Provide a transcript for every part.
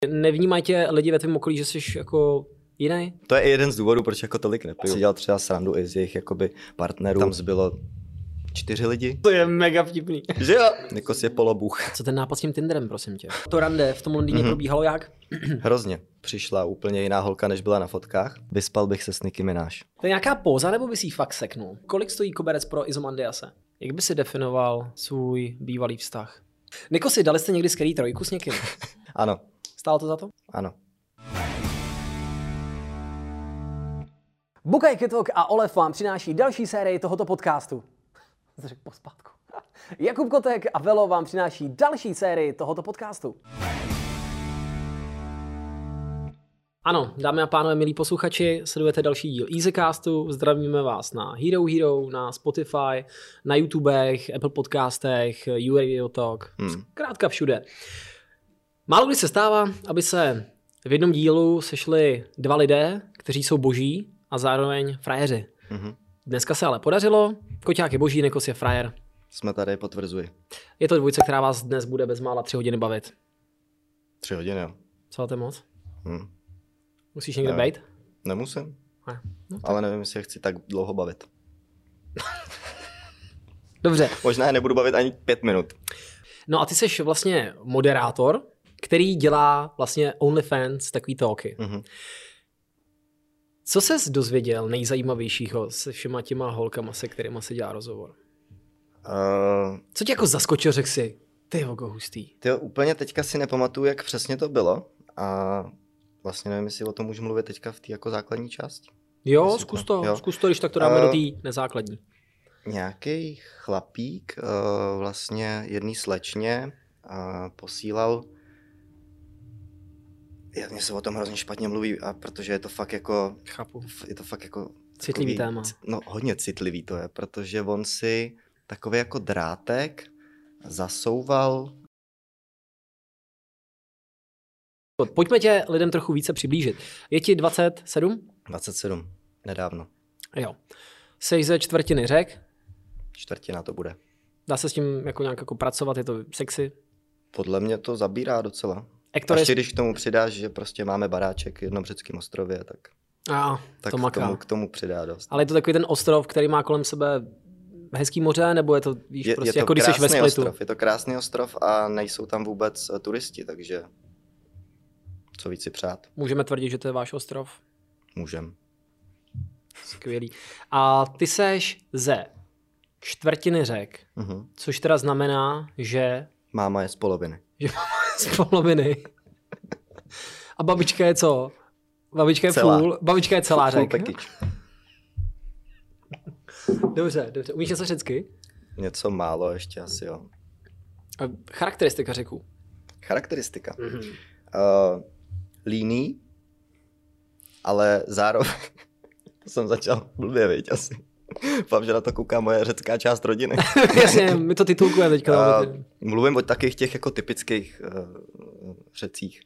Nevnímají tě lidi ve tvém okolí, že jsi jako jiný? To je i jeden z důvodů, proč jako tolik nepiju. Si dělal třeba srandu i z jejich jakoby partnerů. Tam zbylo 4 lidi. To je mega vtipný. Že jo? Nikos je polobůh. Co ten nápad s tím Tinderem, prosím tě? To rande v tom Londýně probíhalo jak? Hrozně. Přišla úplně jiná holka, než byla na fotkách. Vyspal bych se s Nicki Minaj. To je nějaká póza, nebo bys jí fakt seknul? Kolik stojí koberec pro Izomandiase? Jak by si definoval svůj bývalý vztah? Nikosi, dali jste někdy skvělý trojku s někým? Ano. Stálo to za to? Ano. Bukaj Ketok a Olef vám přináší další sérii tohoto podcastu. Řekl pospátku. Jakub Kotek a Velo vám přináší další sérii tohoto podcastu. Ano, dámy a pánové, milí posluchači, sledujete další díl Easycastu, zdravíme vás na Hero, na Spotify, na YouTubech, Apple podcastech, YouRadio Talk, zkrátka všude. Málo kdy se stává, aby se v jednom dílu sešli dva lidé, kteří jsou boží a zároveň frajeři. Dneska se ale podařilo, Koťák je boží, Nikos je frajer. Jsme tady, potvrzuji. Je to dvojice, která vás dnes bude bezmála 3 hodiny bavit. 3 hodiny, jo. Co to je moc? Musíš někde bejt? Nemusím, No, ale nevím, jestli chci tak dlouho bavit. Dobře. Možná je nebudu bavit ani 5 minut. No a ty jsi vlastně moderátor, který dělá vlastně OnlyFans, takový talky. Co ses dozvěděl nejzajímavějšího se všema těma holkama, se kterýma se dělá rozhovor? Co tě jako zaskočil, řekl si, ty hogo hustý. Ty úplně teďka si nepamatuju, jak přesně to bylo a vlastně nevím, jestli o tom můžu mluvit teďka v té jako základní části. Jo, zkus to, když tak to dáme do té nezákladní. Nějaký chlapík vlastně jedný slečně posílal, mně se o tom hrozně špatně mluví, a protože je to fakt jako... Chápu. Je to fakt jako... Citlivý takový, téma. No hodně citlivý to je, protože on si takový jako drátek zasouval. Pojďme tě lidem trochu více přiblížit. Je ti 27? 27, nedávno. Jo. Jsi ze čtvrtiny Řek? Čtvrtina to bude. Dá se s tím jako nějak jako pracovat, je to sexy? Podle mě to zabírá docela. Ektor ještě když k tomu přidáš, že prostě máme baráček v jednom řeckém ostrově, tak to maká. K tomu přidá dost. Ale je to takový ten ostrov, který má kolem sebe hezký moře, nebo je to, víš, prostě jako když jsi ve Splitu? Ostrov, je to krásný ostrov a nejsou tam vůbec turisti, takže co víc si přát. Můžeme tvrdit, že to je váš ostrov? Můžem. Skvělý. A ty seš ze čtvrtiny Řek, což teda znamená, že... Máma je z poloviny. Že máma je z poloviny. A babička je co? Babička je celá. Babička je celá Řek. Dobře. Umíš něco řecky? Něco málo ještě asi, jo. Charakteristika Řeků. Charakteristika. Líný, ale zároveň jsem začal blbě, viď, asi. Doufám, že na to kouká moje řecká část rodiny. Jasně, my to titulkujeme teďka. Mluvím o takových těch jako typických řecích.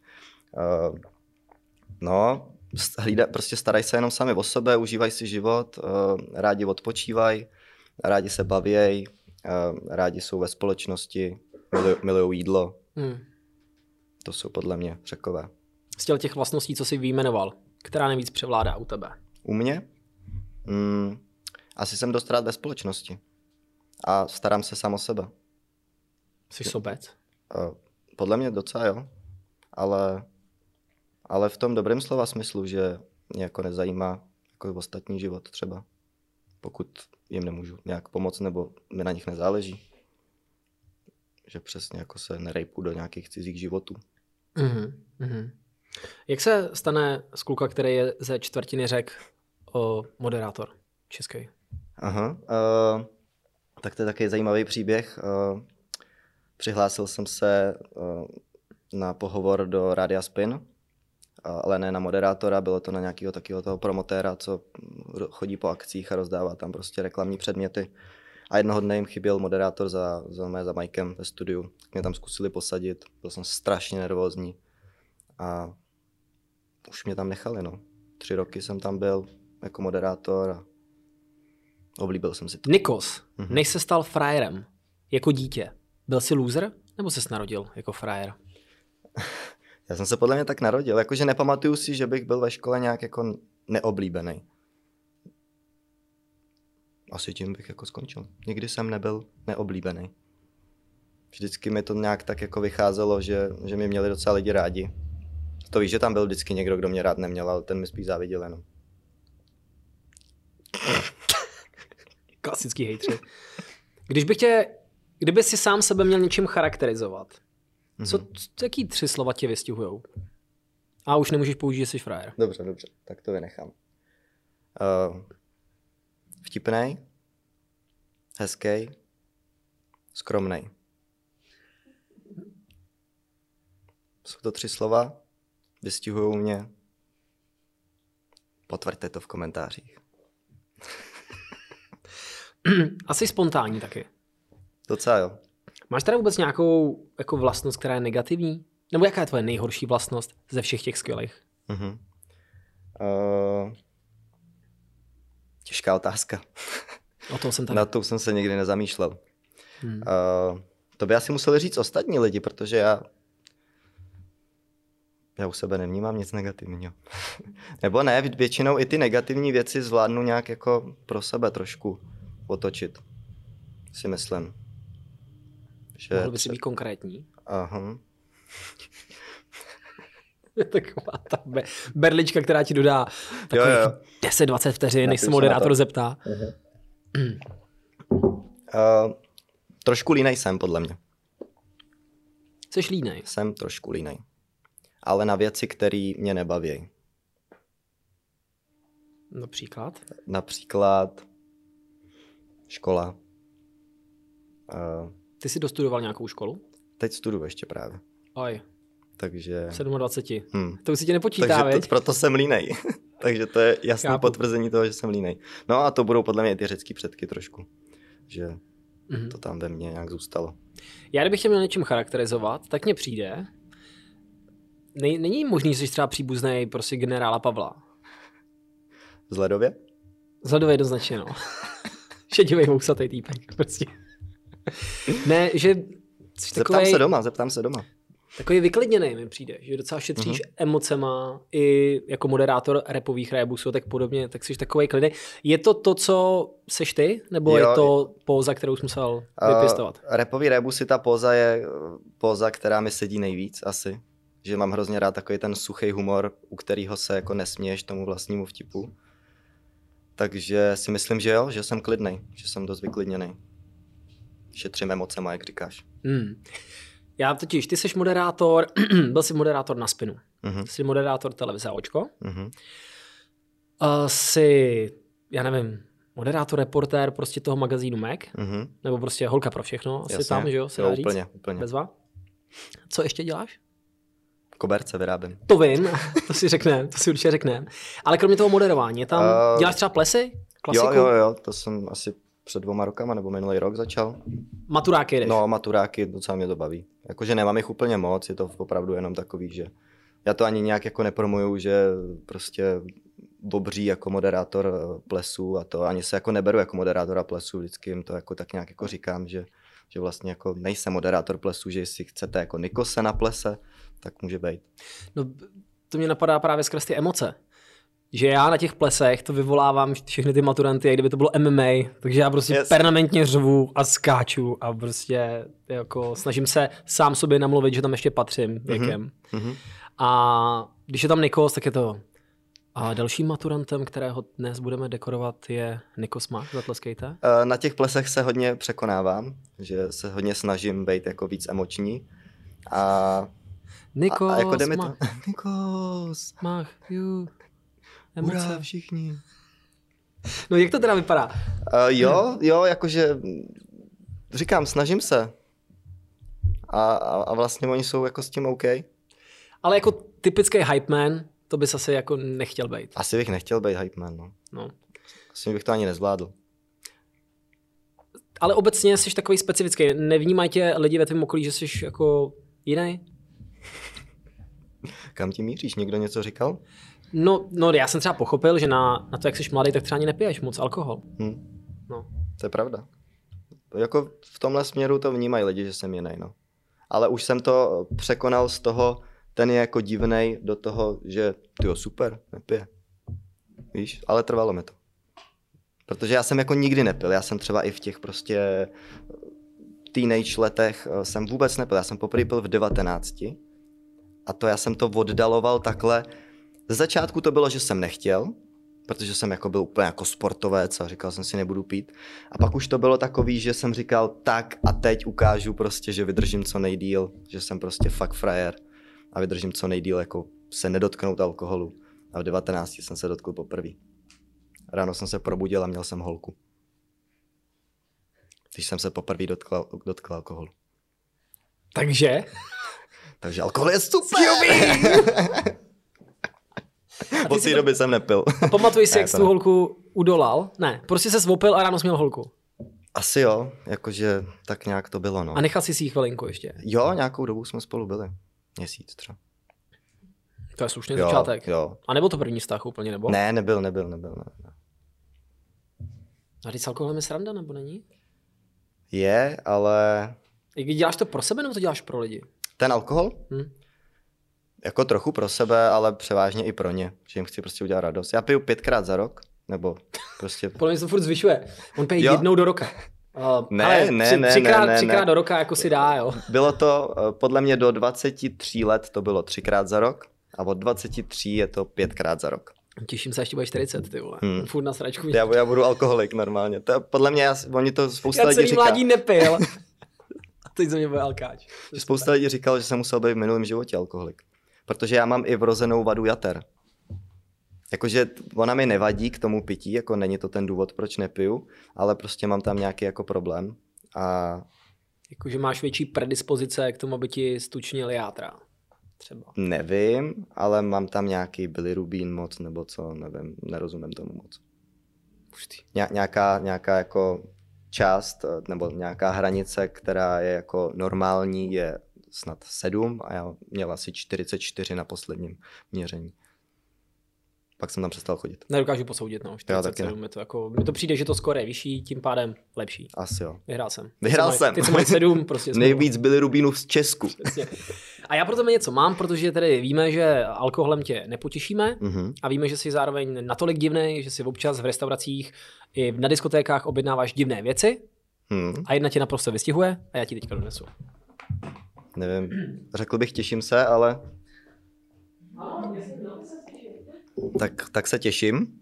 Prostě starají se jenom sami o sebe, užívají si život, rádi odpočívají, rádi se bavějí, rádi jsou ve společnosti, milují jídlo. To jsou podle mě Řekové. Z těch vlastností, co jsi vyjmenoval, která nejvíc převládá u tebe? U mě? Asi jsem dost rád ve společnosti a starám se sám o sebe. Jsi sobec? Podle mě docela jo, ale v tom dobrém slova smyslu, že mě jako nezajímá jako ostatní život třeba, pokud jim nemůžu nějak pomoct nebo mi na nich nezáleží. Že přesně jako se nerejpu do nějakých cizích životů. Jak se stane z kluka, který je ze čtvrtiny Řek, moderátor český? Tak to je taky zajímavý příběh. Přihlásil jsem se na pohovor do Rádia Spin, ale ne na moderátora, bylo to na nějakého takového toho promotéra, co chodí po akcích a rozdává tam prostě reklamní předměty. A jednoho dne jim chyběl moderátor za Mikem ve studiu. Tak mě tam zkusili posadit, byl jsem strašně nervózní a už mě tam nechali, no. 3 roky jsem tam byl jako moderátor a oblíbil jsem si to. Nikos, než se stal frajerem jako dítě, byl jsi loser nebo ses narodil jako frajer? Já jsem se podle mě tak narodil, jakože nepamatuju si, že bych byl ve škole nějak jako neoblíbený. Asi tím bych jako skončil. Nikdy jsem nebyl neoblíbený. Vždycky mi to nějak tak jako vycházelo, že mě měli docela lidi rádi. To víš, že tam byl vždycky někdo, kdo mě rád neměl, ale ten mi spíš záviděl jenom. Klasický hejtři. Kdyby si sám sebe měl něčím charakterizovat, jaký 3 slova tě vystihujou? A už nemůžeš použít, že jsi frajer. Dobře, tak to vynechám. Vtipnej, hezký, skromnej. Jsou to 3 slova, vystihujou mě. Potvrďte to v komentářích. Asi spontánní taky. Docela jo. Máš teda vůbec nějakou jako vlastnost, která je negativní? Nebo jaká je tvoje nejhorší vlastnost ze všech těch skvělých? Těžká otázka. O tom jsem tady. Na to jsem se nikdy nezamýšlel. To by asi museli říct ostatní lidi, protože já u sebe nevnímám nic negativního. Nebo ne, většinou i ty negativní věci zvládnu nějak jako pro sebe trošku otočit. Si myslím. Že mohl by si být konkrétní? Aha. Taková ta berlička, která ti dodá takových 10-20 vteřin, než se moderátor zeptá. Trošku línej jsem, podle mě. Jseš línej? Jsem trošku línej. Ale na věci, které mě nebaví. Například? Například škola. Ty jsi dostudoval nějakou školu? Teď studuju ještě právě. Oj. Takže... 27. To už si tě nepočítá, takže proto jsem línej. Takže to je jasné potvrzení toho, že jsem línej. No a to budou podle mě i ty řecký předky trošku. Že to tam ve mně nějak zůstalo. Já kdybych tě měl něčím charakterizovat, tak mně přijde, není možný, že jsi třeba příbuznej prostě generála Pavla. Vzhledově? Vzhledově jednoznačně, no. Šedivej vousatej týpek, prostě. Ne, že... Zeptám se doma. Takový vyklidněnej mi přijde, že docela šetříš emocema i jako moderátor rapových rébusů a tak podobně, tak jsi takovej klidný. Je to, co seš ty, nebo je to póza, kterou jsi musel vypěstovat? Rapový rébusy, ta póza je póza, která mi sedí nejvíc asi. Že mám hrozně rád takový ten suchý humor, u kterého se jako nesměješ tomu vlastnímu vtipu. Takže si myslím, že jo, že jsem klidnej, že jsem dost vyklidněnej. Šetřím emocema, jak říkáš. Já totiž, ty jsi moderátor, byl jsi moderátor na Spinu. Jsi moderátor televize Očko. Jsi, já nevím, moderátor, reportér prostě toho magazínu Mac. Nebo prostě holka pro všechno. Asi jasně, tam, že jo? Se dá říct? Úplně. Bezva. Co ještě děláš? Koberce vyrábím. To vím, to si určitě řekneme. Ale kromě toho moderování, tam děláš třeba plesy? Klasiku? Jo, to jsem asi před 2 rokama nebo minulý rok začal. Maturáky jdeš? No, maturáky, docela mě to baví. Jakože nemám jich úplně moc, je to opravdu jenom takový, že já to ani nějak jako nepromuju, že prostě bobří jako moderátor plesů a to ani se jako neberu jako moderátora plesů, vždycky jim to jako tak nějak jako říkám, že vlastně jako nejsem moderátor plesů, že jestli chcete jako Nikose na plese, tak může být. No, to mě napadá právě skrz ty emoce. Že já na těch plesech to vyvolávám všechny ty maturanty, jak kdyby to bylo MMA, takže já prostě permanentně řvu a skáču a prostě jako snažím se sám sobě namluvit, že tam ještě patřím věkem. A když je tam Nikos, tak je to... A dalším maturantem, kterého dnes budeme dekorovat, je Nikos Mach, zatleskejte. Na těch plesech se hodně překonávám, že se hodně snažím být jako víc emoční. Nikos a jako jde mi to... Nikos Mach, emoce. Hurá, všichni. No jak to teda vypadá? Jo, jakože říkám, snažím se. A vlastně oni jsou jako s tím OK. Ale jako typický hype man, to bys asi jako nechtěl být. Asi bych nechtěl být hype man, no. Asi bych to ani nezvládl. Ale obecně jsi takový specifický. Nevnímají tě lidi ve tvém okolí, že jsi jako jiný? Kam ti míříš? Někdo něco říkal? No, já jsem třeba pochopil, že na to, jak jsi mladý, tak třeba ani nepiješ moc alkohol. No. To je pravda. Jako v tomhle směru to vnímají lidi, že jsem jiný, no. Ale už jsem to překonal z toho ten je jako divnej do toho, že tyjo, super, nepije. Víš, ale trvalo mi to. Protože já jsem jako nikdy nepil, já jsem třeba i v těch prostě teenage letech jsem vůbec nepil, já jsem poprvé pil v 19 a to já jsem to oddaloval takhle. Ze začátku to bylo, že jsem nechtěl, protože jsem jako byl úplně jako sportovec a říkal jsem si, nebudu pít. A pak už to bylo takový, že jsem říkal tak a teď ukážu prostě, že vydržím co nejdýl, že jsem prostě fakt frajer a vydržím co nejdýl jako se nedotknout alkoholu. A v 19 jsem se dotkl poprvé. Ráno jsem se probudil a měl jsem holku. Když jsem se poprvé dotkl alkoholu. Takže Takže alkohol je super! Od té doby jsem nepil. A pamatuješ si, jak jsi tu holku udolal? Ne, prostě se zvopil a ráno jsi měl holku. Asi jo, jakože tak nějak to bylo, no. A nechal jsi si ji chvilinku ještě? Jo, nějakou dobu jsme spolu byli. Měsíc třeba. To je slušný začátek. Jo. A nebo to první vztah úplně, nebo? Ne, nebyl. Ne. A teď s alkoholem je sranda, nebo není? Je, ale... Děláš to pro sebe, nebo to děláš pro lidi? Ten alkohol? Jako trochu pro sebe, ale převážně i pro ně. Že jim chci prostě udělat radost. Já piju 5krát za rok, nebo prostě... Podle mě se to furt zvyšuje. On pije jednou do roka. Třikrát do roka jako si dá, jo. Bylo to, podle mě do 23 let to bylo 3krát za rok a od 23 je to 5krát za rok. Těším se, až ti bude 40, ty vole. Furt na sračku. Já budu alkoholik normálně. To, podle mě, oni to spousta lidí říká. Já celý mládí nepil. A teď ze mě bude alkáč. Spousta lidí říkalo, že jsem musel být v minulém životě alkoholik. Protože já mám i vrozenou vadu jater. Jakože ona mi nevadí k tomu pití, jako není to ten důvod, proč nepiju, ale prostě mám tam nějaký jako problém. A... Jakože máš větší predispozice k tomu, aby ti stučnil játra. Třeba. Nevím, ale mám tam nějaký bilirubin moc, nebo co, nevím, nerozumím tomu moc. Nějaká jako část, nebo nějaká hranice, která je jako normální, je snad 7 a já měl asi 44 na posledním měření. Pak jsem tam přestal chodit. Nedokážu posoudit, no. 47, je to jako, mi to přijde, že to skoro je vyšší, tím pádem lepší. Asi jo. Vyhrál jsem. Ty co mají 7, prostě. Nejvíc bilirubinů v Česku. Přesně. A já proto něco mám, protože tady víme, že alkoholem tě nepotěšíme a víme, že jsi zároveň natolik divný, že si občas v restauracích i na diskotékách objednáváš divné věci a jedna tě naprosto vystihuje a já ti teďka donesu. Nevím, řekl bych těším se, ale... Tak se těším.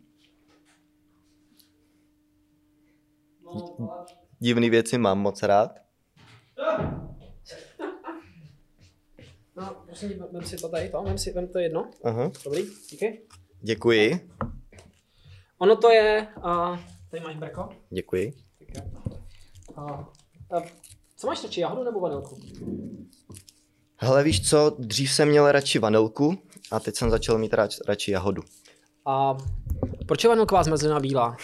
Divný věci mám moc rád. No, prosím, vem si to tady, vem to jedno. Aha. Dobrý, díky. Děkuji. Ono to je, tady máš brko. Děkuji. Co máš radši, jahodu nebo vanilku? Hele, víš co, dřív jsem měl radši vanilku a teď jsem začal mít radši jahodu. A proč je vanilková zmrzlina bílá?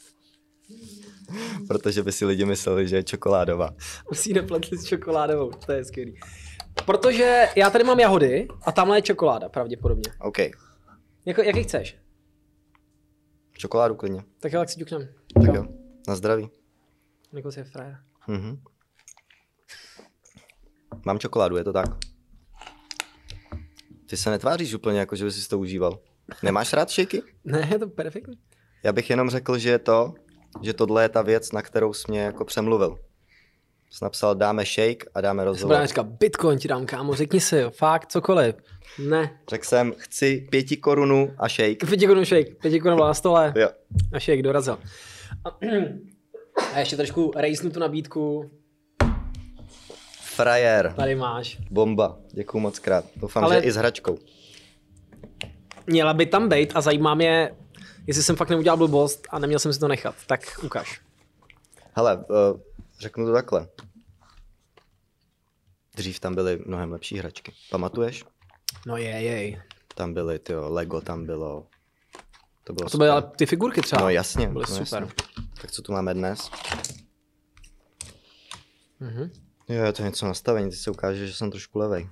Protože by si lidi mysleli, že je čokoládová. Už si ji nepletli s čokoládovou, to je skvělý. Protože já tady mám jahody a tamhle je čokoláda, pravděpodobně. OK. Jaký chceš? Čokoládu klidně. Tak jo, tak si ťuknem. Tak jo, na zdraví. Nikos je frajer. Mám čokoládu, je to tak. Ty se netváříš úplně jako, že bys si to užíval. Nemáš rád šejky? Ne, je to perfektní. Já bych jenom řekl, že tohle je ta věc, na kterou jsi mě jako přemluvil. Jsi napsal, dáme shake a dáme rozhovor. Já říkal, Bitcoin ti dám, kámo, řekni si, fakt, cokoliv. Ne. Řekl jsem, chci 5 korun a shake. 5 korun shake, 5 korun byla na stole. Jo. A shake dorazil. A ještě trošku rejsnu tu nabídku. Frajer. Tady máš. Bomba, děkuju moc krát. Doufám, že i s hračkou. Měla by tam být a zajímá mě, jestli jsem fakt neudělal blbost a neměl jsem si to nechat. Tak ukaž. Hele, řeknu to takhle. Dřív tam byly mnohem lepší hračky. Pamatuješ? No jej. Tam byly, Lego tam bylo. To bylo a to byly ale ty figurky třeba. No jasně. Byly super. Jasně. Tak co tu máme dnes? Mhm. Jo, je to něco nastavení, teď se ukáže, že jsem trošku levej.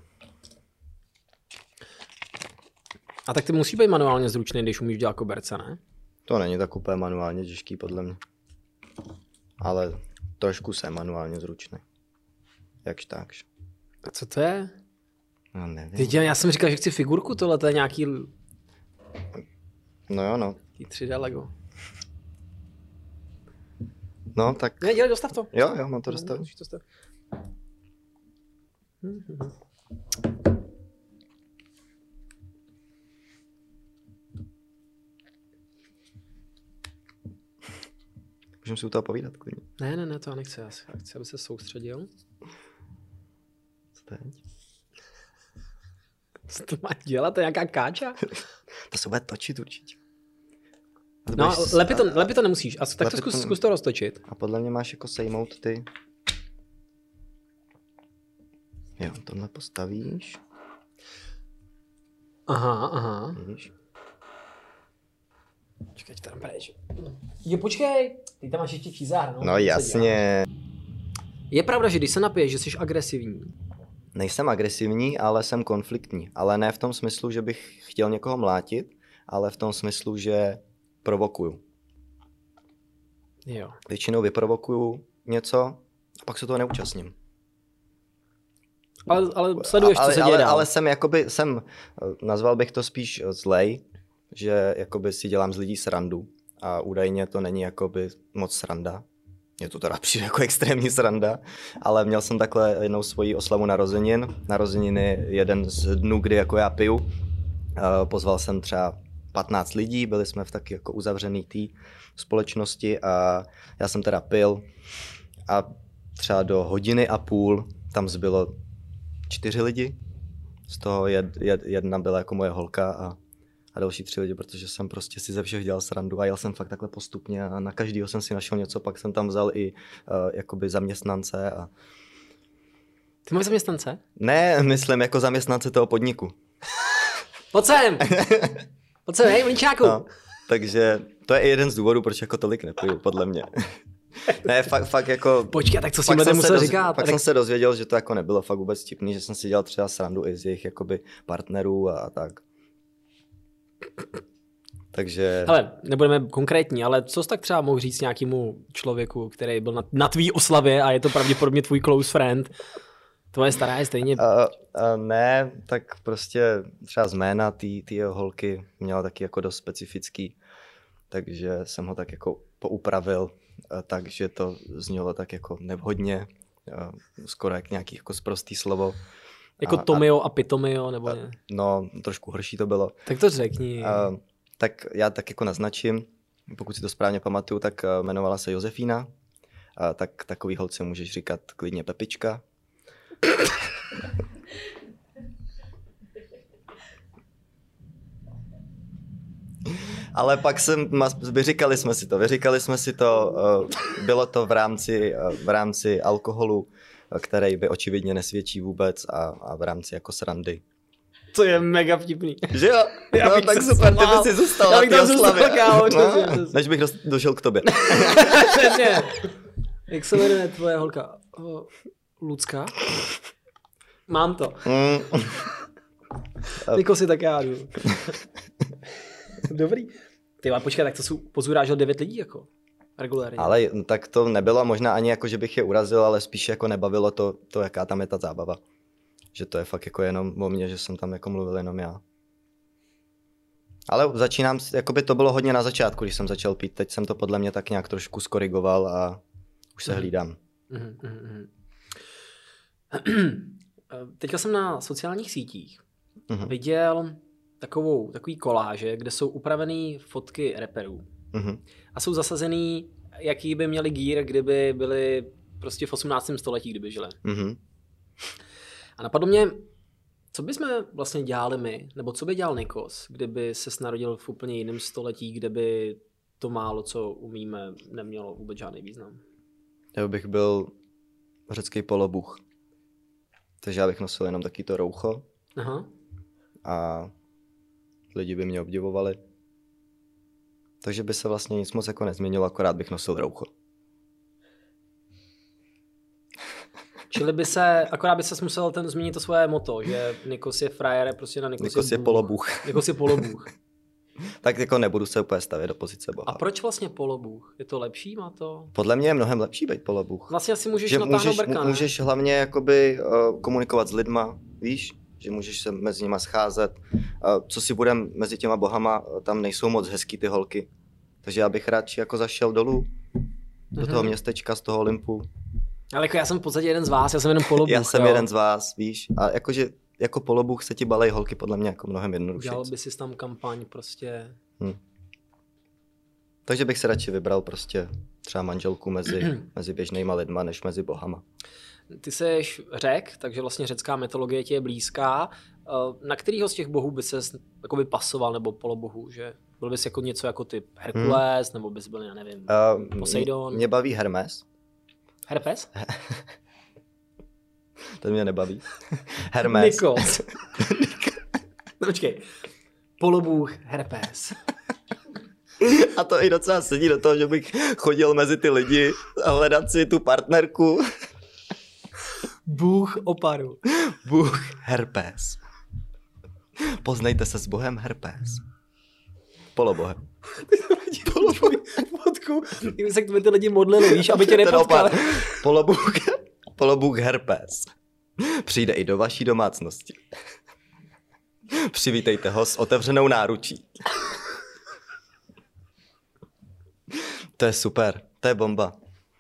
A tak ty musí být manuálně zručný, když umíš dělat koberce, ne? To není tak úplně manuálně těžký, podle mě. Ale trošku jsem manuálně zručný. Jakž takž. A co to je? No nevím. Teď já jsem říkal, že chci figurku, tohle to je nějaký... No jo, no. 3D Lego. No, tak... Ne, dělej, dostav to. Jo, mám to dostat. Můžeme si u toho povídat klidně. Ne, to já nechci. Já chci, aby se soustředil. Co teď? Co to má dělat? To je nějaká káča? To se bude točit určitě. No, lepit to nemusíš. A tak to zkus to roztočit. A podle mě máš jako sejmout ty... Jo, tohle postavíš. Aha. Víš? Počkej, tam pryč. Jo, počkej. Ty tam máš ještě čízár, no? No jasně. Je pravda, že když se napiješ, že jsi agresivní. Nejsem agresivní, ale jsem konfliktní. Ale ne v tom smyslu, že bych chtěl někoho mlátit, ale v tom smyslu, že provokuju. Jo. Většinou vyprovokuju něco a pak se toho neúčastním. Ale sleduješ, co se děje dál. Ale nazval bych to spíš zlej, že jakoby si dělám z lidí srandu a údajně to není jakoby moc sranda. Mně to teda přijde jako extrémní sranda, ale měl jsem takhle jednou svoji oslavu narozeniny jeden z dnů, kdy jako já piju. Pozval jsem třeba 15 lidí, byli jsme v taky jako uzavřený té společnosti a já jsem teda pil a třeba do 1.5 hodiny tam zbylo 4 lidi, z toho jedna byla jako moje holka a další 3 lidi, protože jsem prostě si ze všech dělal srandu a jel jsem fakt takhle postupně a na každýho jsem si našel něco, pak jsem tam vzal i jakoby zaměstnance. A... Ty máš zaměstnance? Ne, myslím jako zaměstnance toho podniku. Pojď sem, hej, mlíčáku. No, takže to je i jeden z důvodů, proč jako tolik nepiju, podle mě. Ne, fakt jako... Počkej, tak co si budeme muset říkat? Pak jsem se dozvěděl, že to jako nebylo fakt vůbec vtipný, že jsem si dělal třeba srandu i z jejich jakoby partnerů a tak. Takže... Hele, nebudeme konkrétní, ale co jsi tak třeba mohl říct nějakému člověku, který byl na tvý oslavě a je to pravděpodobně tvůj close friend? Tvoje stará je stejně... Ne, tak prostě třeba z jména té jeho holky měla taky jako dost specifický, takže jsem ho tak jako poupravil, takže to znělo tak jako nevhodně, skoro jak nějaký jako sprostý slovo. Jako Tomio a Pitomio, nebo ne? No, trošku horší to bylo. Tak to řekni. Tak já tak jako naznačím, pokud si to správně pamatuju, tak jmenovala se Josefína, tak takový holce můžeš říkat klidně Pepička. Ale pak vyříkali jsme si to, bylo to v rámci alkoholu, který by očividně nesvědčí vůbec a v rámci jako srandy. To je mega vtipný. Že jo? No tak super, ty by si zůstal na té oslavě. Než bych došel k tobě. Přesně. Jak se jmenuje tvoje holka? Lucka? Mám to. Niko si tak já jdu. Dobrý. Ty počkej, tak to jsou pozurážel 9 lidí jako regulárně. Ale tak to nebylo možná ani jako, že bych je urazil, ale spíš jako nebavilo to jaká tam je ta zábava. Že to je fakt jako jenom o mně, že jsem tam jako mluvil jenom já. Ale začínám, jakoby to bylo hodně na začátku, když jsem začal pít. Teď jsem to podle mě tak nějak trošku skorigoval a už se hlídám. Teďka jsem na sociálních sítích viděl takový koláže, kde jsou upravený fotky rapperů. A jsou zasazený, jaký by měli gear, kdyby byli prostě v 18. století, kdyby žili. A napadlo mě, co bychom vlastně dělali my, nebo co by dělal Nikos, kdyby se narodil v úplně jiném století, kde by to málo, co umíme, nemělo vůbec žádný význam. Já bych byl řecký polobůh. Takže já bych nosil jenom taky to roucho. Aha. A lidi by mě obdivovali. Takže by se vlastně nic moc jako nezměnilo, akorát bych nosil roucho. Čili akorát by se musel změnit to svoje moto, že Nikos je frajer, prostě na Nikos je polobůh. Nikos je polobůh. Tak jako nebudu se úplně stavět do pozice boha. A proč vlastně polobůh? Je to lepší, má to? Podle mě je mnohem lepší být polobůh. Vlastně asi můžeš natáhnout brka, můžeš hlavně jakoby komunikovat s lidma, víš? že můžeš se mezi nima scházet. Co si budem mezi těma bohama, tam nejsou moc hezký ty holky. Takže já bych radši jako zašel dolů do toho městečka, z toho Olympu. Ale jako já jsem v podstatě jeden z vás, já jsem jenom polobůh. Já jsem jeden z vás, víš. A jakože jako polobůh se ti balej holky podle mě jako mnohem jednodušší. Dělal by si tam kampaň prostě. Takže bych se radši vybral prostě třeba manželku mezi běžnýma lidma, než mezi bohama. Ty seš Řek, takže vlastně řecká mytologie ti je blízká. Na kterýho z těch bohů by ses jakoby pasoval, nebo polobohů, že? Byl bys jako něco jako typ Herkules, nebo bys byl, já nevím, Poseidon? Mě baví Hermes. Herpes? To mě nebaví. Hermes. Nikos. No, počkej. Polobůh Herpes. A to i docela sedí do toho, že bych chodil mezi ty lidi a hledat si tu partnerku. Bůh oparu. Bůh Herpes. Poznejte se s bohem Herpes. Polobohem. Fotku, kdyby se k tobě ty lidi modlili, víš, aby tě nepotkali. Polobůh Herpes. Přijde i do vaší domácnosti. Přivítejte ho s otevřenou náručí. To je super, to je bomba.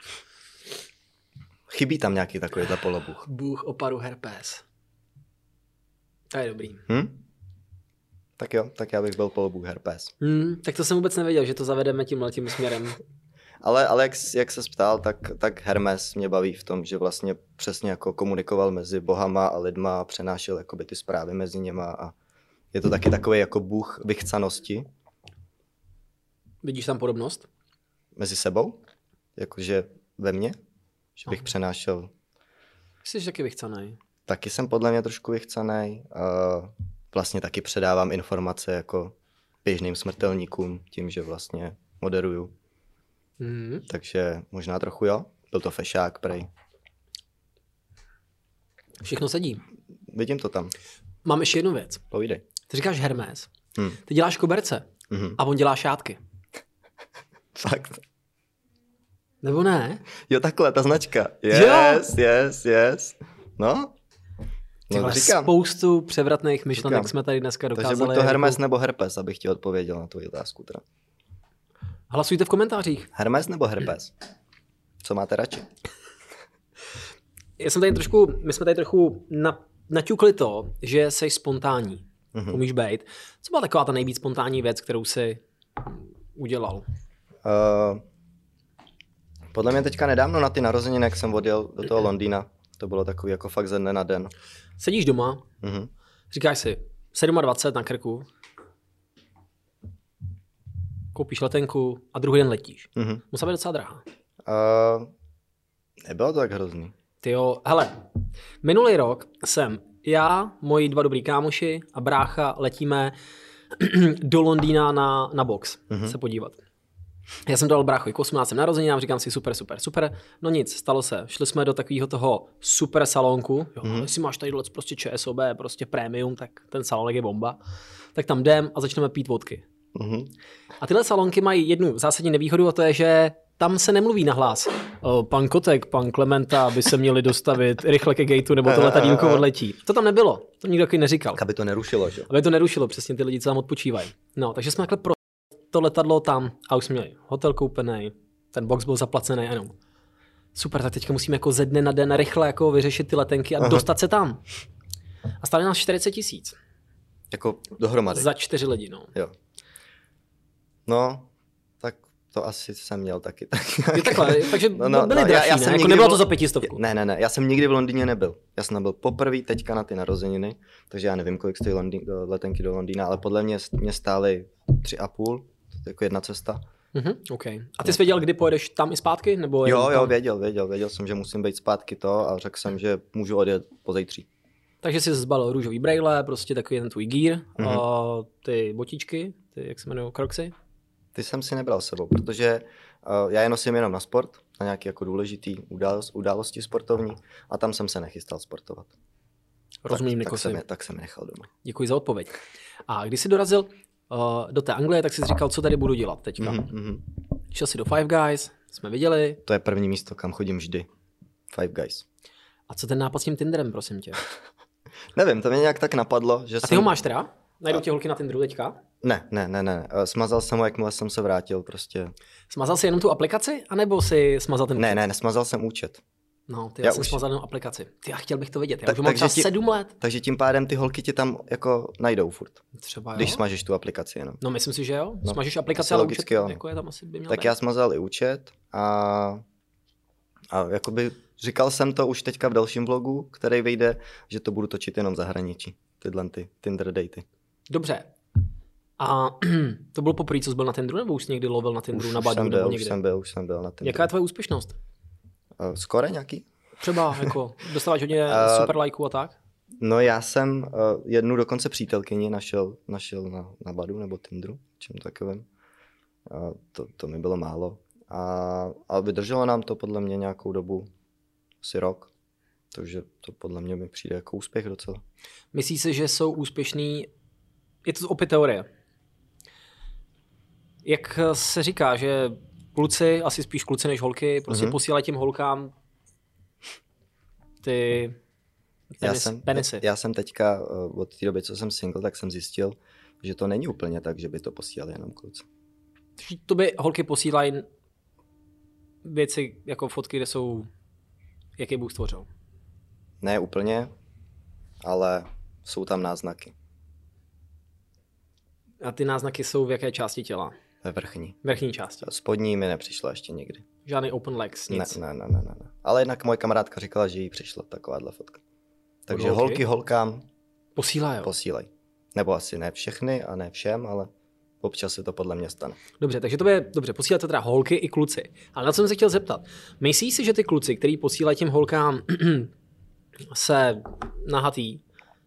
Chybí tam nějaký takovýhle polobůh. Bůh oparu Herpes. To je dobrý. Tak jo, tak já bych byl polobůh Herpes. Tak to jsem vůbec nevěděl, že to zavedeme tímhletím směrem. Ale jak se ptal, tak Hermes mě baví v tom, že vlastně přesně jako komunikoval mezi bohama a lidma a přenášel jakoby ty zprávy mezi něma a je to taky takový jako bůh vychcanosti. Vidíš tam podobnost? Mezi sebou? Jakože ve mně? Že bych přenášel... Jsi taky vychcanej. Taky jsem podle mě trošku vychcanej. Vlastně taky předávám informace jako běžným smrtelníkům tím, že vlastně moderuju. Takže možná trochu jo. Byl to fešák, prej. Všechno sedí. Vidím to tam. Mám ještě jednu věc. Povídej. Ty říkáš Hermes. Ty děláš koberce. A on dělá šátky. Fakt. Nebo ne? Jo, takhle, ta značka. Yes. No. No, říkám. Spoustu převratných myšlenek jsme tady dneska dokázali. Takže buď to Hermes nebo Herpes, abych ti odpověděl na tu otázku. Teda. Hlasujte v komentářích. Hermes nebo Herpes? Co máte radši? My jsme tady trochu naťukli to, že jsi spontánní. Umíš být. Co byla taková ta nejvíc spontánní věc, kterou jsi udělal? Podle mě teďka nedávno na ty narozeniny, jak jsem odjel do toho Londýna. To bylo takový jako fakt ze dne na den. Sedíš doma, říkáš si 27 na krku, koupíš letenku a druhý den letíš. Musela být docela drahá. Nebylo to tak hrozný. Tyjo, hele, minulý rok jsem já, moji dva dobrý kámoši a brácha letíme do Londýna na box se podívat. Já jsem dal bráchovi k 18. narozeninám, říkám si super. No nic, stalo se. Šli jsme do takového toho super salonku. Jestli máš tady prostě ČSOB, prostě premium, tak ten salonek je bomba. Tak tam jdem a začneme pít vodky. A tyhle salonky mají jednu zásadní nevýhodu a to je, že tam se nemluví nahlas. Pan Kotek, pan Klementa by se měli dostavit rychle ke gateu, nebo to letadílko odletí. To tam nebylo, to nikdo taky neříkal. Aby to nerušilo, že? Aby to nerušilo, přesně ty lidi, co tam odpočívají. No, takže jsme takhle to letadlo tam a už jsme měli hotel koupený, ten box byl zaplacený, jenom. Super, tak teďka musíme jako ze dne na den rychle jako vyřešit ty letenky a dostat se tam. A stále nás 40 000. Jako dohromady? Za 4 lidi, no. Jo. No, tak to asi jsem měl taky. Takhle, takže byly dražší, ne? Jako nebylo to za 500. Ne, já jsem nikdy v Londýně nebyl. Já jsem byl poprvé teďka na ty narozeniny, takže já nevím, kolik stojí letenky do Londýna, ale podle mě stály 3,5, jako jedna cesta. Okay. A ty jsi věděl, kdy pojedeš tam i zpátky? Nebo jo, věděl jsem, že musím být zpátky to a řekl jsem, že můžu odjet pozítří. Takže jsi zbalil růžový brejle, prostě takový ten tvůj gear, ty botičky, ty, jak se jmenují, Crocsy? Ty jsem si nebral s sebou, protože já je nosím jenom na sport, na nějaké jako důležitý události sportovní a tam jsem se nechystal sportovat. Rozumím, Nikosi. Tak jsem je nechal doma. Děkuji za odpověď. A když jsi dorazil do té Anglie, tak jsi říkal, co tady budu dělat teďka. Šel jsi do Five Guys, jsme viděli. To je první místo, kam chodím vždy. Five Guys. A co ten nápad s tím Tinderem, prosím tě? Nevím, to mě nějak tak napadlo, že A ty ho máš teda? Najdou tě holky na Tinderu teďka? Ne. Smazal jsem ho, jakmile jsem se vrátil prostě. Smazal jsi jenom tu aplikaci, anebo si smazal ten účet? Ne, smazal jsem účet. No, já jsem smazal jenom aplikaci. Ty, já chtěl bych to vidět, já už mám třeba 7 let. Takže tím pádem ty holky ti tam jako najdou furt. Třeba jo? Když smažeš tu aplikaci jenom. No, myslím si, že jo. No, smažeš aplikaci, ale logicky, účet, jo. jako je tam asi by měl Tak být. já smazal i účet a jakoby říkal jsem to už teďka v dalším vlogu, který vyjde, že to budu točit jenom v zahraničí. Tyhle ty Tinder datey. Dobře. A to bylo poprvé, co jsi byl na Tinderu, nebo už jsi někdy lovil na Tinderu, na Badu, nebo někde? Už jsem byl na Tinderu. Jaká je tvoje úspěšnost? Skoro nějaký? Třeba, jako, dostáváš hodně super lajků a tak? No já jsem jednu dokonce přítelkyni našel na Badu nebo Tinderu, čem takovým. To mi bylo málo. A vydrželo nám to podle mě nějakou dobu, asi rok. Takže to podle mě mi přijde jako úspěch docela. Myslíš si, že jsou úspěšný, je to opět teorie. Jak se říká, že kluci, asi spíš kluci než holky, prostě posílají těm holkám ty penisy. Já jsem teďka od té doby, co jsem single, tak jsem zjistil, že to není úplně tak, že by to posílali jenom kluci. To by holky posílají věci jako fotky, kde jsou, jaký Bůh stvořil. Ne úplně, ale jsou tam náznaky. A ty náznaky jsou v jaké části těla? Ve vrchní. Vrchní části. Spodní mi nepřišlo ještě nikdy. Žádný open legs, nic. Ne. Ale jednak moje kamarádka říkala, že jí přišla takováhle fotka. Takže holky? holky holkám Posílají. Nebo asi ne všechny a ne všem, ale občas se to podle mě stane. Dobře, takže to je dobře, posílají to teda holky i kluci. Ale na co jsem se chtěl zeptat? Myslíš si, že ty kluci, který posílají těm holkám se nahatý,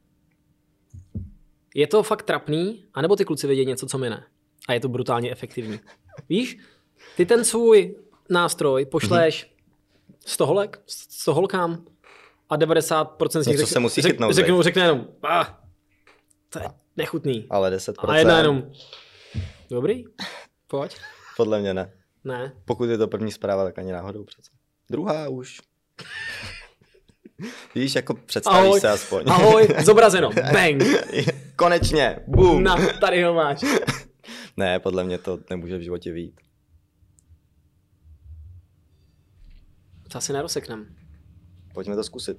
je to fakt trapný, anebo ty kluci vědí něco, co my ne? A je to brutálně efektivní. Víš? Ty ten svůj nástroj pošleš 100 holek, 100 holkám a 90% z nich se musí chytnout, řekne jenom to je nechutný. Ale 10%. A jedna jenom dobrý, pojď. Podle mě ne. Ne. Pokud je to první zpráva, tak ani náhodou přece. Druhá už. Víš, jako představíš se aspoň. Ahoj, zobrazeno, bang. Konečně, boom. Na, tady ho máš. Ne, podle mě to nemůže v životě vyjít. To asi nerozseknem. Pojďme to zkusit.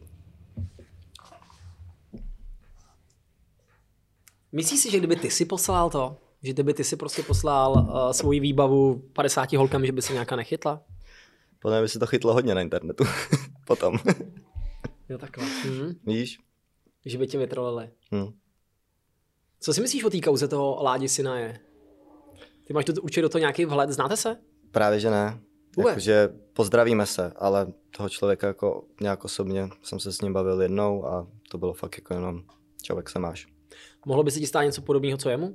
Myslíš si, že kdyby ty si poslal to, že kdyby ty si prostě poslal svoji výbavu 50 holkám, že by se nějaká nechytla? Podle mě by se to chytlo hodně na internetu. Potom. Jo, takhle. Víš? Že by tě vytrolili. Co si myslíš o té kauze toho Ládi Sinaje? Ty máš určitě do toho nějaký vhled, znáte se? Právě, že ne. Jakože pozdravíme se, ale toho člověka jako nějak osobně jsem se s ním bavil jednou a to bylo fakt jako jenom čau, jak se máš. Mohlo by se ti stát něco podobného, co jemu?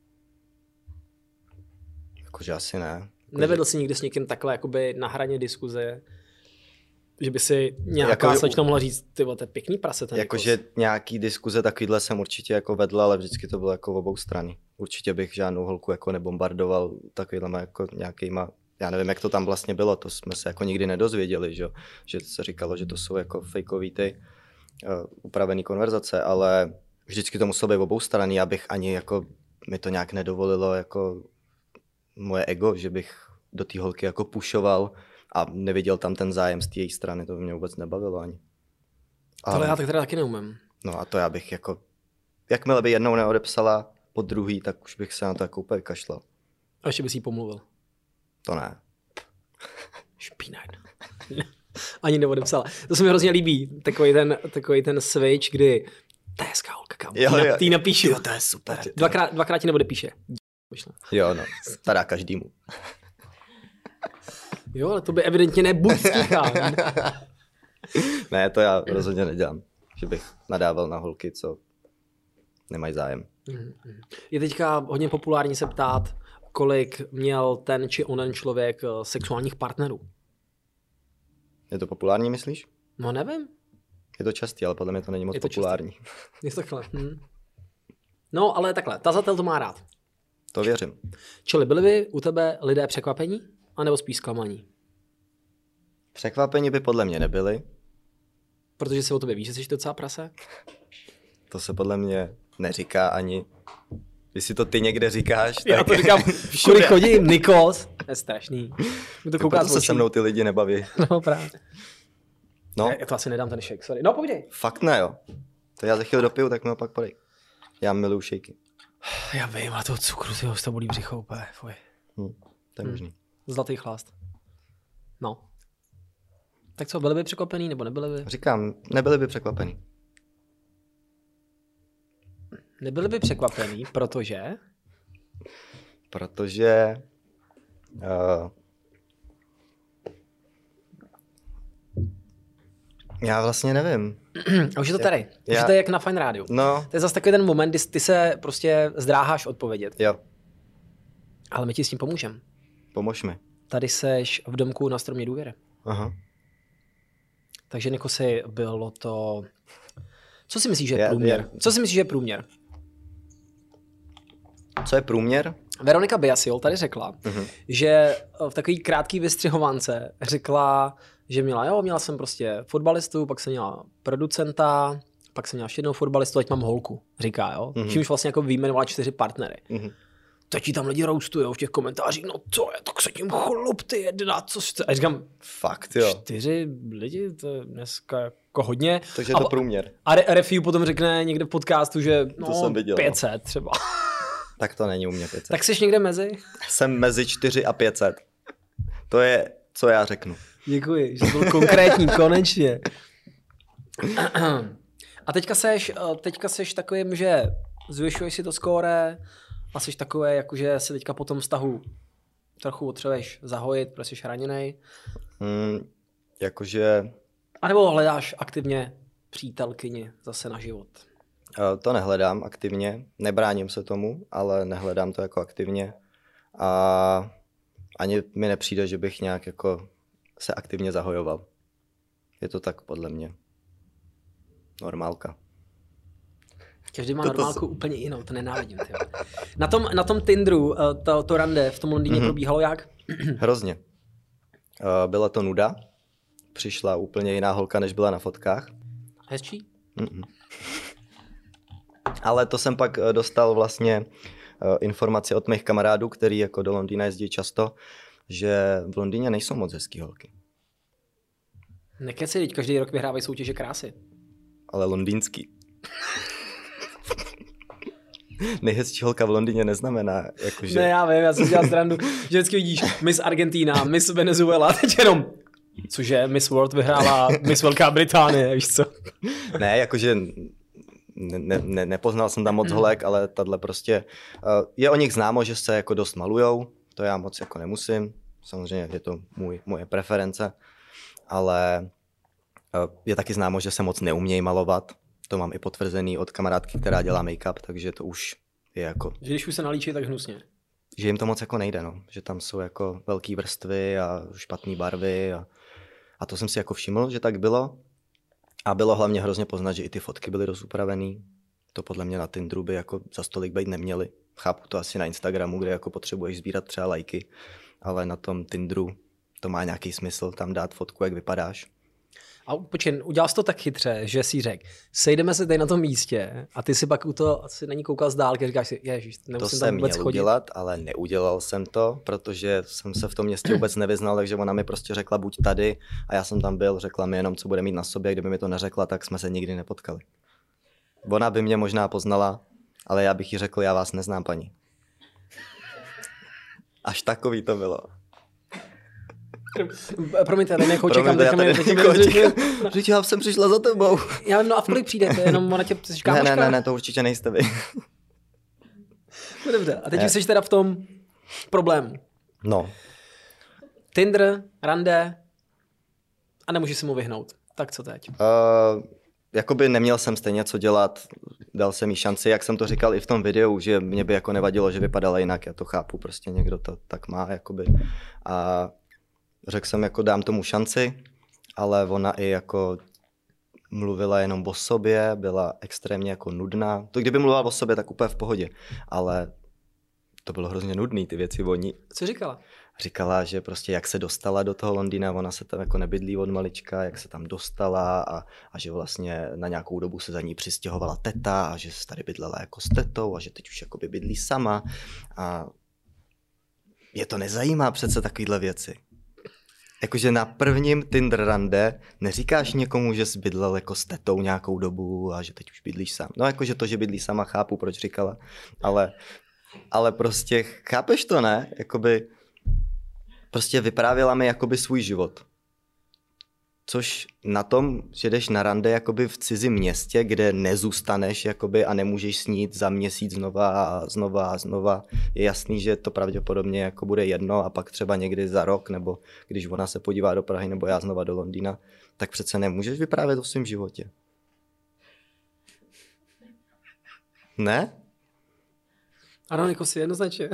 Jakože asi ne. Nevedl jsi nikdy s někým takhle jakoby na hraně diskuze, že by si nějaká slečna mohla říct, ty to je pěkný prase ten jakože nějaký diskuze takovýhle jsem určitě jako vedl, ale vždycky to bylo jako v obou strany. Určitě bych žádnou holku jako nebombardoval takovýhlema jako nějakýma, já nevím, jak to tam vlastně bylo, to jsme se jako nikdy nedozvěděli, že se říkalo, že to jsou jako fejkový ty upravený konverzace, ale vždycky to muselo být v obou strany, já bych ani jako, mi to nějak nedovolilo jako moje ego, že bych do té holky jako pušoval a neviděl tam ten zájem z té její strany, to by mě vůbec nebavilo ani. Ale já tak teda taky neumím. No a to já bych jako, jakmile by jednou neodepsala, po druhý, tak už bych se na to jako úplně kašlal. A ještě bys jí pomluvil. To ne. Špínak. Ani neodepsala. To se mi hrozně líbí, takový ten switch, kdy to je hezká holka, kam. Ty napíšu. Jo, to je super. Dvakrát ti neodepíše. Jo, no, stará každému. Jo, ale to by evidentně nebuď stíchá. Ne, to já rozhodně nedělám. Že bych nadával na holky, co nemají zájem. Je teďka hodně populární se ptát, kolik měl ten či onen člověk sexuálních partnerů. Je to populární, myslíš? No nevím. Je to častý, ale podle mě to není moc populární. Je to takhle. No, ale takhle, tazatel to má rád. To věřím. Čili byli by u tebe lidé překvapení, anebo spíš zklamaní? Překvapení by podle mě nebyli. Protože se o tobě víš, že jsi docela prase? to se podle mě neříká ani. Jestli to ty někde říkáš, Já tak to říkám, všude chodím, Nikos. Je strašný. Mi to kouká se mnou ty lidi nebaví. No právě. No, Já to asi nedám ten shake, sorry. No povídej. fakt ne, jo. To já za chvíli dopiju, tak mi ho pak podej. Já miluju šejky. Já vím, ale toho cukru, tyho, to bolí břicho úplně. Fuj. To je možný. Zlatý chlást. No. Tak co, byli by překvapený, nebo nebyli by? Říkám, nebyli by překvapený. Nebyli by překvapený, protože... Protože... já vlastně nevím. A už je to tady. Už je to jak na Fine Radio. No, To je zase takový ten moment, kdy ty se prostě zdráháš odpovědět. jo, Ale my ti s tím pomůžeme. pomož mi. Tady seš v domku na stromě důvěry. Aha. Takže Nikosi, bylo to... Co si myslíš, že je průměr? Co si myslíš, že je průměr? Co je průměr? Veronika Biasil tady řekla, že v takový krátký vystřihovance řekla, že měla jsem prostě fotbalistu, pak jsem měla producenta, pak jsem měla ještě jednou fotbalistu, teď mám holku, říká, jo. Čímž vlastně jako vyjmenovala 4 partnery. Teď ti tam lidi roustujou v těch komentářích, no co je, tak se tím chlup ty jedna, co jste. A říkám, Fakt, jo. 4 lidi, to je dneska jako hodně. Takže je to průměr. A Refiu potom řekne někde v podcastu, že no, jsem viděl, 500 třeba. Tak to není u mě 500. Tak jsi někde mezi? Jsem mezi 4 a 500. To je, co já řeknu. Děkuji, že jsi byl konkrétní, konečně. A teďka seš takovým, že zvyšuješ si to skóre a seš takové, jakože se teďka po tom vztahu trochu potřebuješ zahojit, protože jsi raněnej. Jakože... A nebo hledáš aktivně přítelkyni zase na život? To nehledám aktivně, nebráním se tomu, ale nehledám to jako aktivně. A ani mi nepřijde, že bych nějak jako se aktivně zahojoval. Je to tak podle mě normálka. Každý má normálku úplně jinou, to nenávidím. Tyjo. Na tom Tinderu to rande v tom Londýně probíhalo jak? Hrozně. Byla to nuda. Přišla úplně jiná holka, než byla na fotkách. Hezčí? Ale to jsem pak dostal vlastně informaci od mých kamarádů, který jako do Londýna jezdí často, že v Londýně nejsou moc hezký holky. Nekeci, teď každý rok vyhrávají soutěže krásy. Ale londýnský. Nejhezčí holka v Londýně neznamená, jakože... Ne, já vím, já jsem dělal srandu, že vždycky vidíš Miss Argentina, Miss Venezuela, teď jenom, cože Miss World vyhrála Miss Velká Británie, víš co? Ne, jakože nepoznal jsem tam moc holek, ale tahle prostě... je o nich známo, že se jako dost malujou, to já moc jako nemusím, samozřejmě je to moje preference, ale je taky známo, že se moc neumějí malovat. To mám i potvrzený od kamarádky, která dělá make-up, takže to už je jako... Že když už se nalíčí, tak hnusně. Že jim to moc jako nejde, no. Že tam jsou jako velký vrstvy a špatné barvy a to jsem si jako všiml, že tak bylo. A bylo hlavně hrozně poznat, že i ty fotky byly rozupravený. To podle mě na Tinderu by jako za stolik být neměli. Chápu to asi na Instagramu, kde jako potřebuješ sbírat třeba lajky, ale na tom Tinderu to má nějaký smysl tam dát fotku, jak vypadáš. A počkej, udělal jsi to tak chytře, že si řekl, sejdeme se tady na tom místě a ty si pak u toho asi na ní koukal z dálky, říkáš si, ježiš, nemusím tam vůbec chodit. To jsem měl udělat, ale neudělal jsem to, protože jsem se v tom městě vůbec nevyznal, takže ona mi prostě řekla buď tady a já jsem tam byl, řekla mi jenom, co bude mít na sobě, kdyby mi to neřekla, tak jsme se nikdy nepotkali. Ona by mě možná poznala, ale já bych jí řekl, já vás neznám, paní. Až takový to bylo. Promiňte, tady někoho čekám. Říct, já jsem přišla za tebou. Já no a v kolik přijdete, jenom ona tě říká Ne, to určitě nejste vy. No dobře, a teď jsi teda v tom problému. No. Tinder, rande a nemůžeš si mu vyhnout. Tak co teď? Jakoby neměl jsem stejně co dělat, dal jsem jí šanci, jak jsem to říkal i v tom videu, že mě by jako nevadilo, že vypadala jinak, já to chápu, prostě někdo to tak má, jakoby. A řekl jsem, jako dám tomu šanci, ale ona i jako mluvila jenom o sobě, byla extrémně jako nudná. To kdyby mluvila o sobě, tak úplně v pohodě, ale to bylo hrozně nudný, ty věci oni. Co říkala? Říkala, že prostě jak se dostala do toho Londýna, ona se tam jako nebydlí od malička, jak se tam dostala a že vlastně na nějakou dobu se za ní přistěhovala teta a že se tady bydlela jako s tetou a že teď už jakoby bydlí sama a je to nezajímá přece takovýhle věci. Jakože na prvním Tinder rande neříkáš někomu, že jsi bydlel jako s tetou nějakou dobu a že teď už bydlíš sám. No jakože to, že bydlí sama, chápu, proč říkala, ale prostě chápeš to, ne? Jakoby prostě vyprávěla mi jakoby svůj život. Což na tom, že jdeš na rande jakoby v cizím městě, kde nezůstaneš jakoby a nemůžeš snít za měsíc znova, je jasný, že to pravděpodobně jako bude jedno a pak třeba někdy za rok, nebo když ona se podívá do Prahy nebo já znova do Londýna, tak přece nemůžeš vyprávět o svém životě. Ne? Ano, jako si jednoznačně.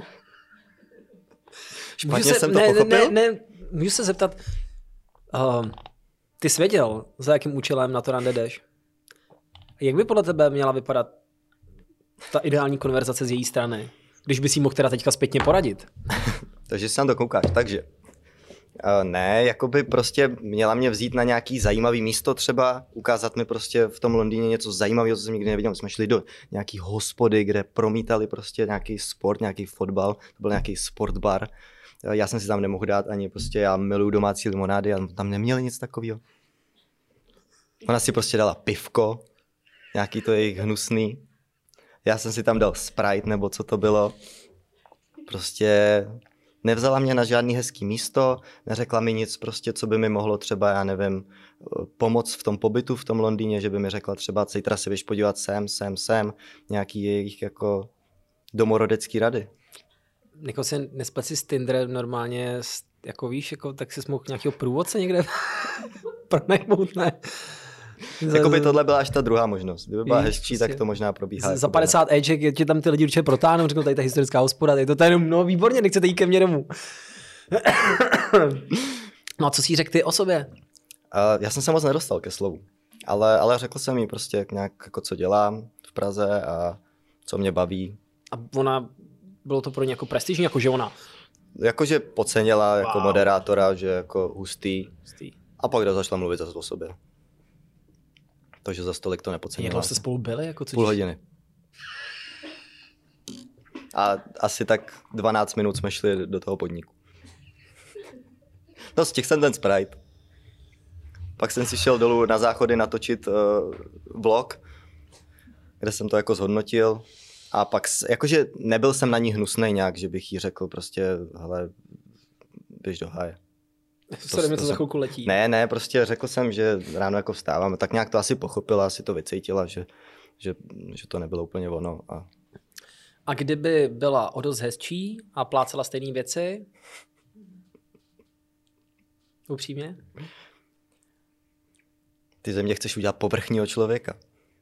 Špatně jsem to pochopil? Ne, můžu se zeptat, ty jsi věděl, za jakým účelem na to rande jdeš? Jak by podle tebe měla vypadat ta ideální konverzace z její strany? Když bys jí mohl teda teďka zpětně poradit. Takže si na to koukáš, takže. Ne, jakoby prostě měla mě vzít na nějaký zajímavý místo třeba, ukázat mi prostě v tom Londýně něco zajímavého, co jsem nikdy neviděl. Jsme šli do nějaký hospody, kde promítali prostě nějaký sport, nějaký fotbal, to byl nějaký sportbar. Já jsem si tam nemohl dát ani prostě, já miluju domácí limonády a tam neměli nic takového. Ona si prostě dala pivko, nějaký to jejich hnusný. Já jsem si tam dal Sprite nebo co to bylo. Prostě nevzala mě na žádný hezký místo, neřekla mi nic prostě, co by mi mohlo třeba, já nevím, pomoct v tom pobytu v tom Londýně, že by mi řekla třeba, zítra se běž podívat sem, nějaký jejich jako domorodecký rady. Jako si nesplet si s Tinderem normálně, jako víš, jako, tak si mohl nějakého průvodce někde pronajmout, ne? Jakoby tohle byla až ta druhá možnost. Kdyby byla hezčí, tak to možná probíhá. Za 50 Eček ti tam ty lidi určitě protáhnou, řeknou, tady ta historická hospoda, tady to je jenom, no výborně, nechcete jít ke mně domů. No a co jsi řekl ty o sobě? Já jsem se moc nedostal ke slovu, ale řekl jsem jí prostě nějak, jako co dělám v Praze a co mě baví. A ona, bylo to pro ně jako prestižní, jako že ona? Jakože podcenila jako moderátora, že jako hustý. A pak začala mluvit zase o sobě. Takže za stolik to nepodcenila. Jak jste spolu byli? Jako půl hodiny. A asi tak 12 minut jsme šli do toho podniku. No stihl jsem ten Sprite. Pak jsem si šel dolů na záchody natočit vlog, kde jsem to jako zhodnotil. A pak, jakože nebyl jsem na ní hnusnej nějak, že bych jí řekl prostě, hele, běž do háje. To za chvilku letí. Ne, prostě řekl jsem, že ráno jako vstávám. Tak nějak to asi pochopila, asi to vycítila, že to nebylo úplně ono. A kdyby byla o dost hezčí a plácela stejné věci? Upřímně? Ty ze mě chceš udělat povrchního člověka.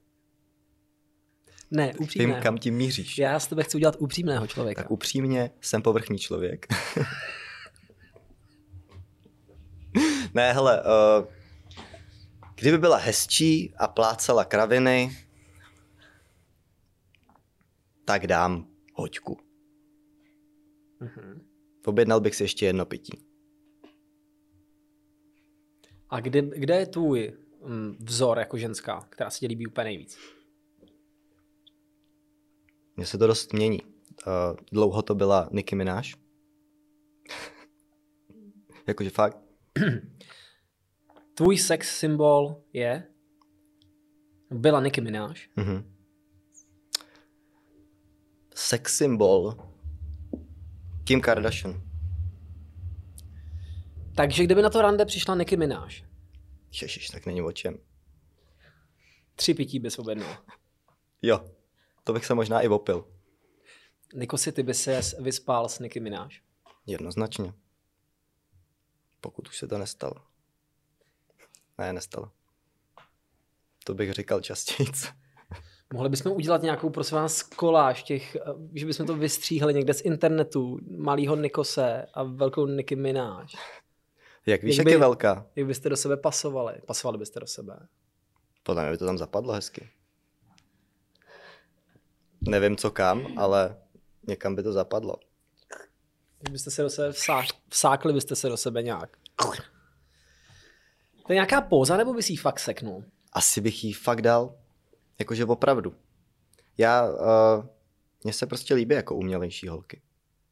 Ne, upřímně. Vím, kam tím míříš. Já z tebe chci udělat upřímného člověka. Tak upřímně jsem povrchní člověk. Ne, hele, kdyby byla hezčí a plácala kraviny, tak dám hoďku. Objednal bych si ještě jedno pití. A kde je tvůj vzor jako ženská, která se ti líbí úplně nejvíc? Mně se to dost mění. Dlouho to byla Nicki Minaj. Jakože fakt. Tvůj sex symbol je? Byla Nicki Minaj. Mm-hmm. Sex symbol Kim Kardashian. Takže kdyby na to rande přišla Nicki Minaj. Ježiš, tak není o čem. 3 pití bys objednal. Jo, to bych se možná i opil. Nikosi, ty by se vyspal s Nicki Minaj? Jednoznačně. Pokud už se to nestalo. Ne, nestalo. To bych říkal častěji. Mohli bychom udělat nějakou, prosím vás, koláž těch, že bychom to vystříhli někde z internetu, malýho Nikose a velkou Nicki Minaj. Jak víš, jak je velká? Jak byste do sebe pasovali? Pasovali byste do sebe? Podle mě by to tam zapadlo hezky. Nevím co kam, ale Někam by to zapadlo. Byste se do sebe vsákli byste se do sebe nějak. To je nějaká póza, nebo bys jí fakt seknul? Asi bych jí fakt dal. Jakože opravdu. Mně se prostě líbí jako umělejší holky.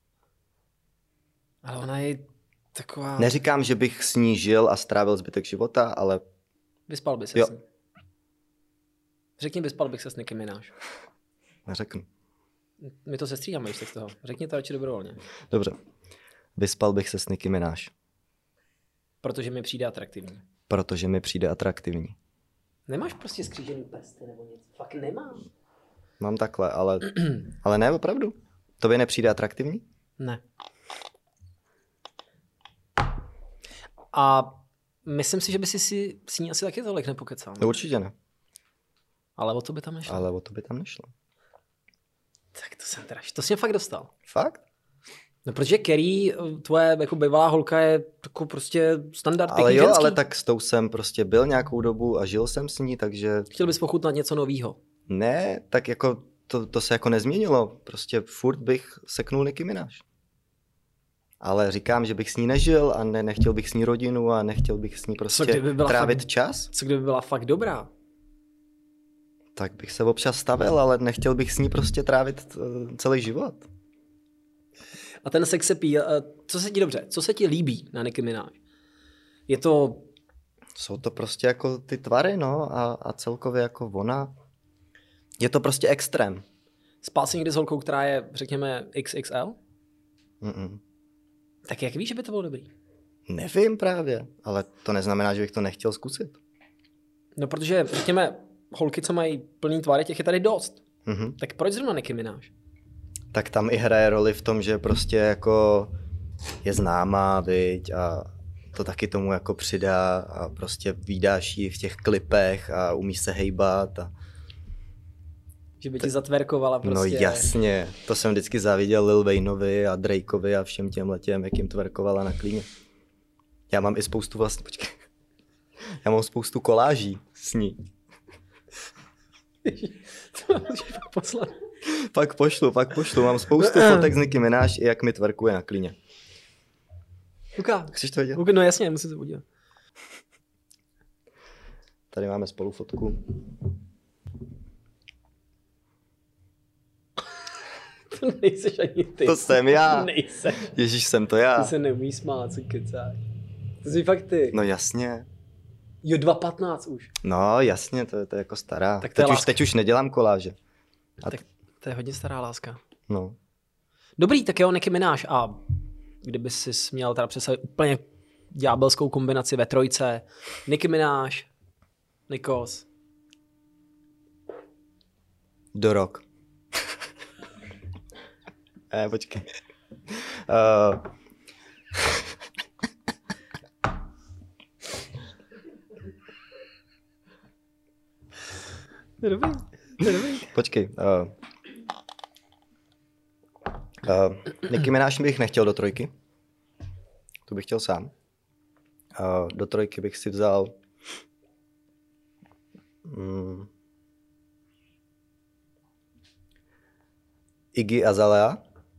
Ale ona je taková... Neříkám, že bych s ní žil a strávil zbytek života, ale... Vyspal by se s ní. Řekni, vyspal bych se s Nicki Minaj. Neřeknu. My to sestříháme ještě z toho. Řekni to radši dobrovolně. Dobře. Vyspal bych se s Nicki Minaj. Protože mi přijde atraktivní. Protože mi přijde atraktivní. Nemáš prostě skřížený prsty nebo nic? Fakt nemám. Mám takhle, ale ne, opravdu. Tobě nepřijde atraktivní? Ne. A myslím si, že by si s ní asi taky tolik nepokecal. No, určitě ne. Ale o to by tam nešlo. Tak to jsem teda, to jsi mě fakt dostal. Fakt? No, protože Carrie, tvoje jako bývalá holka, je jako prostě standard ale pěkný jo, ženský. ale tak s tou jsem prostě byl nějakou dobu a žil jsem s ní, takže... Chtěl bys pochutnat něco novýho. Ne, tak jako to se jako nezměnilo. Prostě furt bych seknul Nicki Minaj. Ale říkám, že bych s ní nežil a nechtěl bych s ní rodinu a nechtěl bych s ní prostě trávit čas. Co kdyby byla fakt dobrá? Tak bych se občas stavil, ale nechtěl bych s ní prostě trávit celý život. A ten sex appeal, co se ti líbí na Nicki Minaj? Je to... Jsou to prostě jako ty tvary, no, a celkově jako ona. Je to prostě extrém. Spal jsi někdy s holkou, která je, řekněme, XXL? Mm-mm. Tak jak víš, že by to bylo dobrý? Nevím právě, ale to neznamená, že bych to nechtěl zkusit. No protože, řekněme, holky, co mají plný tvary, těch je tady dost. Mm-hmm. Tak proč zrovna Nicki Minaj? Tak tam i hraje roli v tom, že prostě jako je známá, viď, a to taky tomu jako přidá a prostě vídáš ji v těch klipech a umíš se hejbat. Že by ti zatverkovala prostě. No jasně, to jsem vždycky záviděl Lil Wayneovi a Drakeovi a všem těm letěm, jak jim tverkovala na klíně. Já mám i spoustu já mám spoustu koláží s ní. To můžeš poslat. Pak pošlu, mám spoustu fotek z Nicki Minaj, i jak mi tverkuje na klíně. Luka. Chceš to vidět? No jasně, musím to udělat. Tady máme spolu fotku. To nejseš ani ty. To jsem já. Nejseš. Ježíš, jsem to já. Ty se neumíš smát, co kecáš. To jsi fakt ty. No jasně. Jo, 2.15 už. No jasně, to je jako stará. Tak teď už nedělám koláže. Tak to je hodně stará láska. No. Dobrý, tak jo, Nicki Minaj. A kdyby jsi měl teda představit úplně ďábelskou kombinaci ve trojce. Nicki Minaj, Nikos. Do rok. Počkej. Dobrý. Počkej. Nicki Minaj bych nechtěl do trojky. To bych chtěl sám. Do trojky bych si vzal Iggy Azalea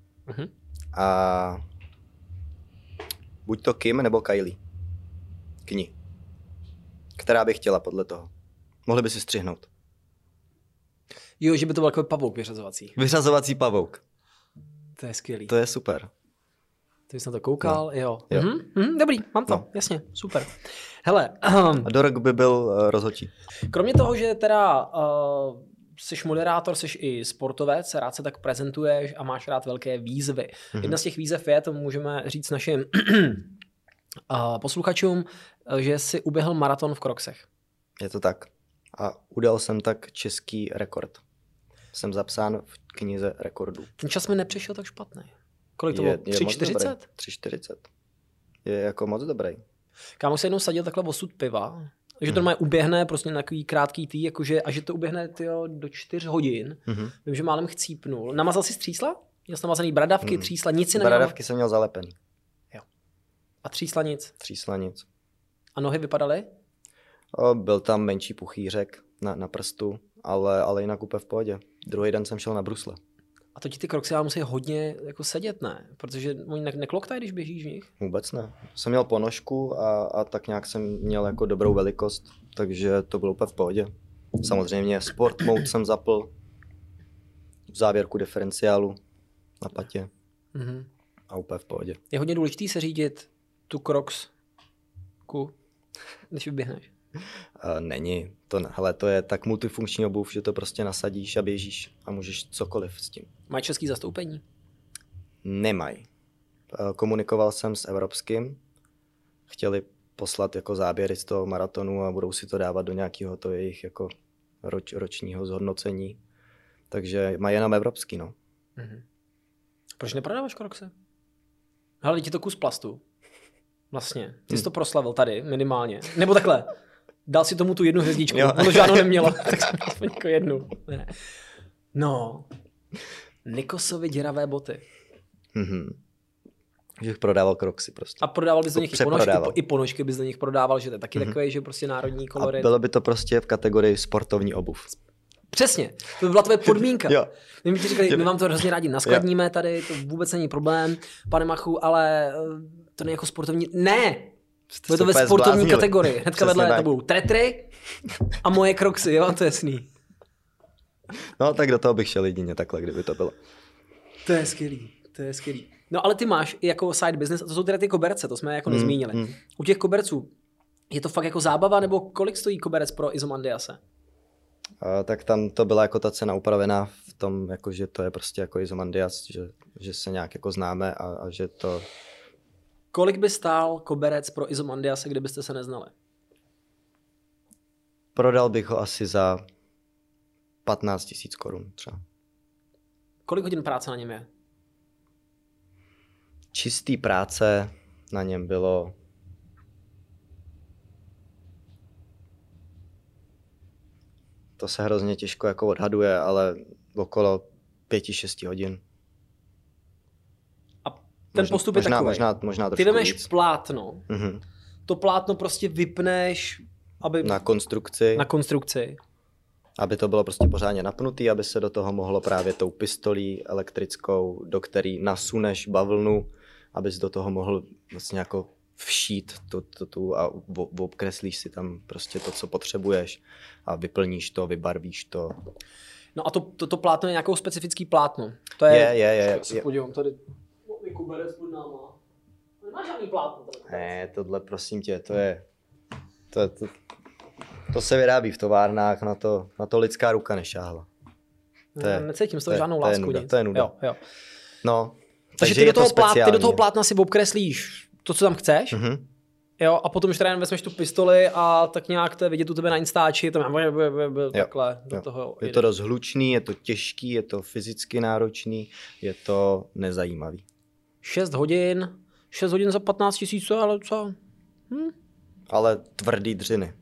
a buď to Kim nebo Kylie. Kni. Která by chtěla podle toho. Mohli by si střihnout. Jo, že by to byl jako pavouk vyřazovací. Vyřazovací pavouk. To je skvělý. To je super. Ty jsi na to koukal? No. Jo. Jo. Dobrý, mám to. No. Jasně, super. Hele. A do rok by byl rozhodčí. Kromě toho, že teda jsi moderátor, jsi i sportovec, rád se tak prezentuješ a máš rád velké výzvy. Jedna z těch výzev je, to můžeme říct našim posluchačům, že jsi uběhl maraton v Crocsech. Je to tak. A udal jsem tak český rekord. Jsem zapsán v knize rekordů. Ten čas mi nepřišel tak špatný. Kolik to bylo? 3,40? 3,40. Je jako moc dobrý. Kámo se jednou sadil takhle osud piva, že to uběhne prostě na takový krátký tý, jakože, a že to uběhne do 4 hodin. Vím, že málem chcípnul. Namazal jsi třísla? Měl jsi namazaný bradavky, třísla, nic si neměl? Bradavky jsem měl zalepený. Jo. A třísla nic? Třísla nic. A nohy vypadaly? Byl tam menší puchýřek na prstu, ale jinak úplně v pohodě. Druhý den jsem šel na brusle. A to ti ty kroksy musí hodně jako sedět, ne? Protože oni nekloktají, když běžíš v nich? Vůbec ne. Jsem měl ponožku a tak nějak jsem měl jako dobrou velikost, takže to bylo úplně v pohodě. Samozřejmě sport mode jsem zapl, v závěrku diferenciálu na patě a úplně v pohodě. Je hodně důležitý se řídit tu kroksku, když vyběhneš. Není. To je tak multifunkční obuv, že to prostě nasadíš a běžíš a můžeš cokoliv s tím. Mají český zastoupení? Nemají. Komunikoval jsem s evropským. Chtěli poslat jako záběry z toho maratonu a budou si to dávat do nějakého to jejich jako ročního zhodnocení. Takže mají jenom evropský, no. Proč neprodáváš kroksy? Hele, ti to kus plastu. Vlastně. Ty jsi to proslavil tady minimálně. Nebo takhle. Dal si tomu tu jednu hvězdičku. Ono žádnou nemělo. Tak jsem aspoň jako jednu. Ne. No. Nikosovy děravé boty. Že bych prodával kroksy prostě. A prodával bys do nich i ponožky bys do nich prodával, že to je taky takový, že prostě národní kolorit. A bylo by to prostě v kategorii sportovní obuv. Přesně, to by byla tvoje podmínka. Jo. My ti říkali, my vám to hrozně rádi naskladníme tady, to vůbec není problém, pane Machu, ale to není jako sportovní. Ne! To je to ve sportovní kategorii. Hnedka vedle to budou tretry a moje kroksy, jo, to je jasný. No tak do toho bych šel jedině takhle, kdyby to bylo. To je skvělý. No ale ty máš i jako side business, a to jsou teda ty koberce, to jsme jako nezmínili. U těch koberců, je to fakt jako zábava, nebo kolik stojí koberec pro Izomandiase? Tak tam to byla jako ta cena upravená v tom, jako, že to je prostě jako Izomandias, že se nějak jako známe a že to... Kolik by stál koberec pro Izomandiase, kdybyste se neznali? Prodal bych ho asi za 15 000 korun třeba. Kolik hodin práce na něm je? Čistý práce na něm bylo... To se hrozně těžko jako odhaduje, ale okolo 5-6 hodin. A ten postup je takový. Možná trošku ty vemeš víc. plátno. To plátno prostě vypneš, aby... Na konstrukci. Aby to bylo prostě pořádně napnutý, aby se do toho mohlo právě tou pistolí elektrickou, do který nasuneš bavlnu, abys do toho mohl vlastně jako všít tu a obkreslíš si tam prostě to, co potřebuješ a vyplníš to, vybarvíš to. No a to plátno je nějakou specifický plátno. To je. Podívám tady. Koberec pod náma. Nemá žádný plátno. Ne, tohle prosím tě, to se vyrábí v továrnách, na to lidská ruka nešáhla. Necítím z toho žádnou lásku. To je nuda. Jo. No, takže ty do toho plátna si obkreslíš to, co tam chceš, jo, a potom už teda vezmeš tu pistoli a tak nějak to je vidět u tebe na Instači, tam takhle do toho. Je to dost hlučný, je to těžký, je to fyzicky náročný, je to nezajímavý. 6 hodin za 15 000, ale co? Ale tvrdý dřiny.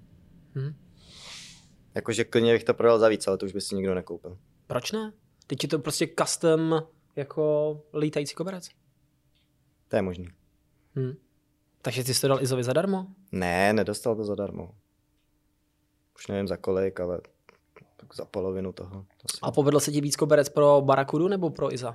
Jakože klidně bych to prodal za víc, ale to už by si nikdo nekoupil. Proč ne? Teď je to prostě custom jako lítající koberec. To je možný. Takže ty jsi to dal Izovi zadarmo? Ne, nedostal to zadarmo. Už nevím za kolik, ale tak za polovinu toho. A povedl se ti víc koberec pro Barakudu nebo pro Iza?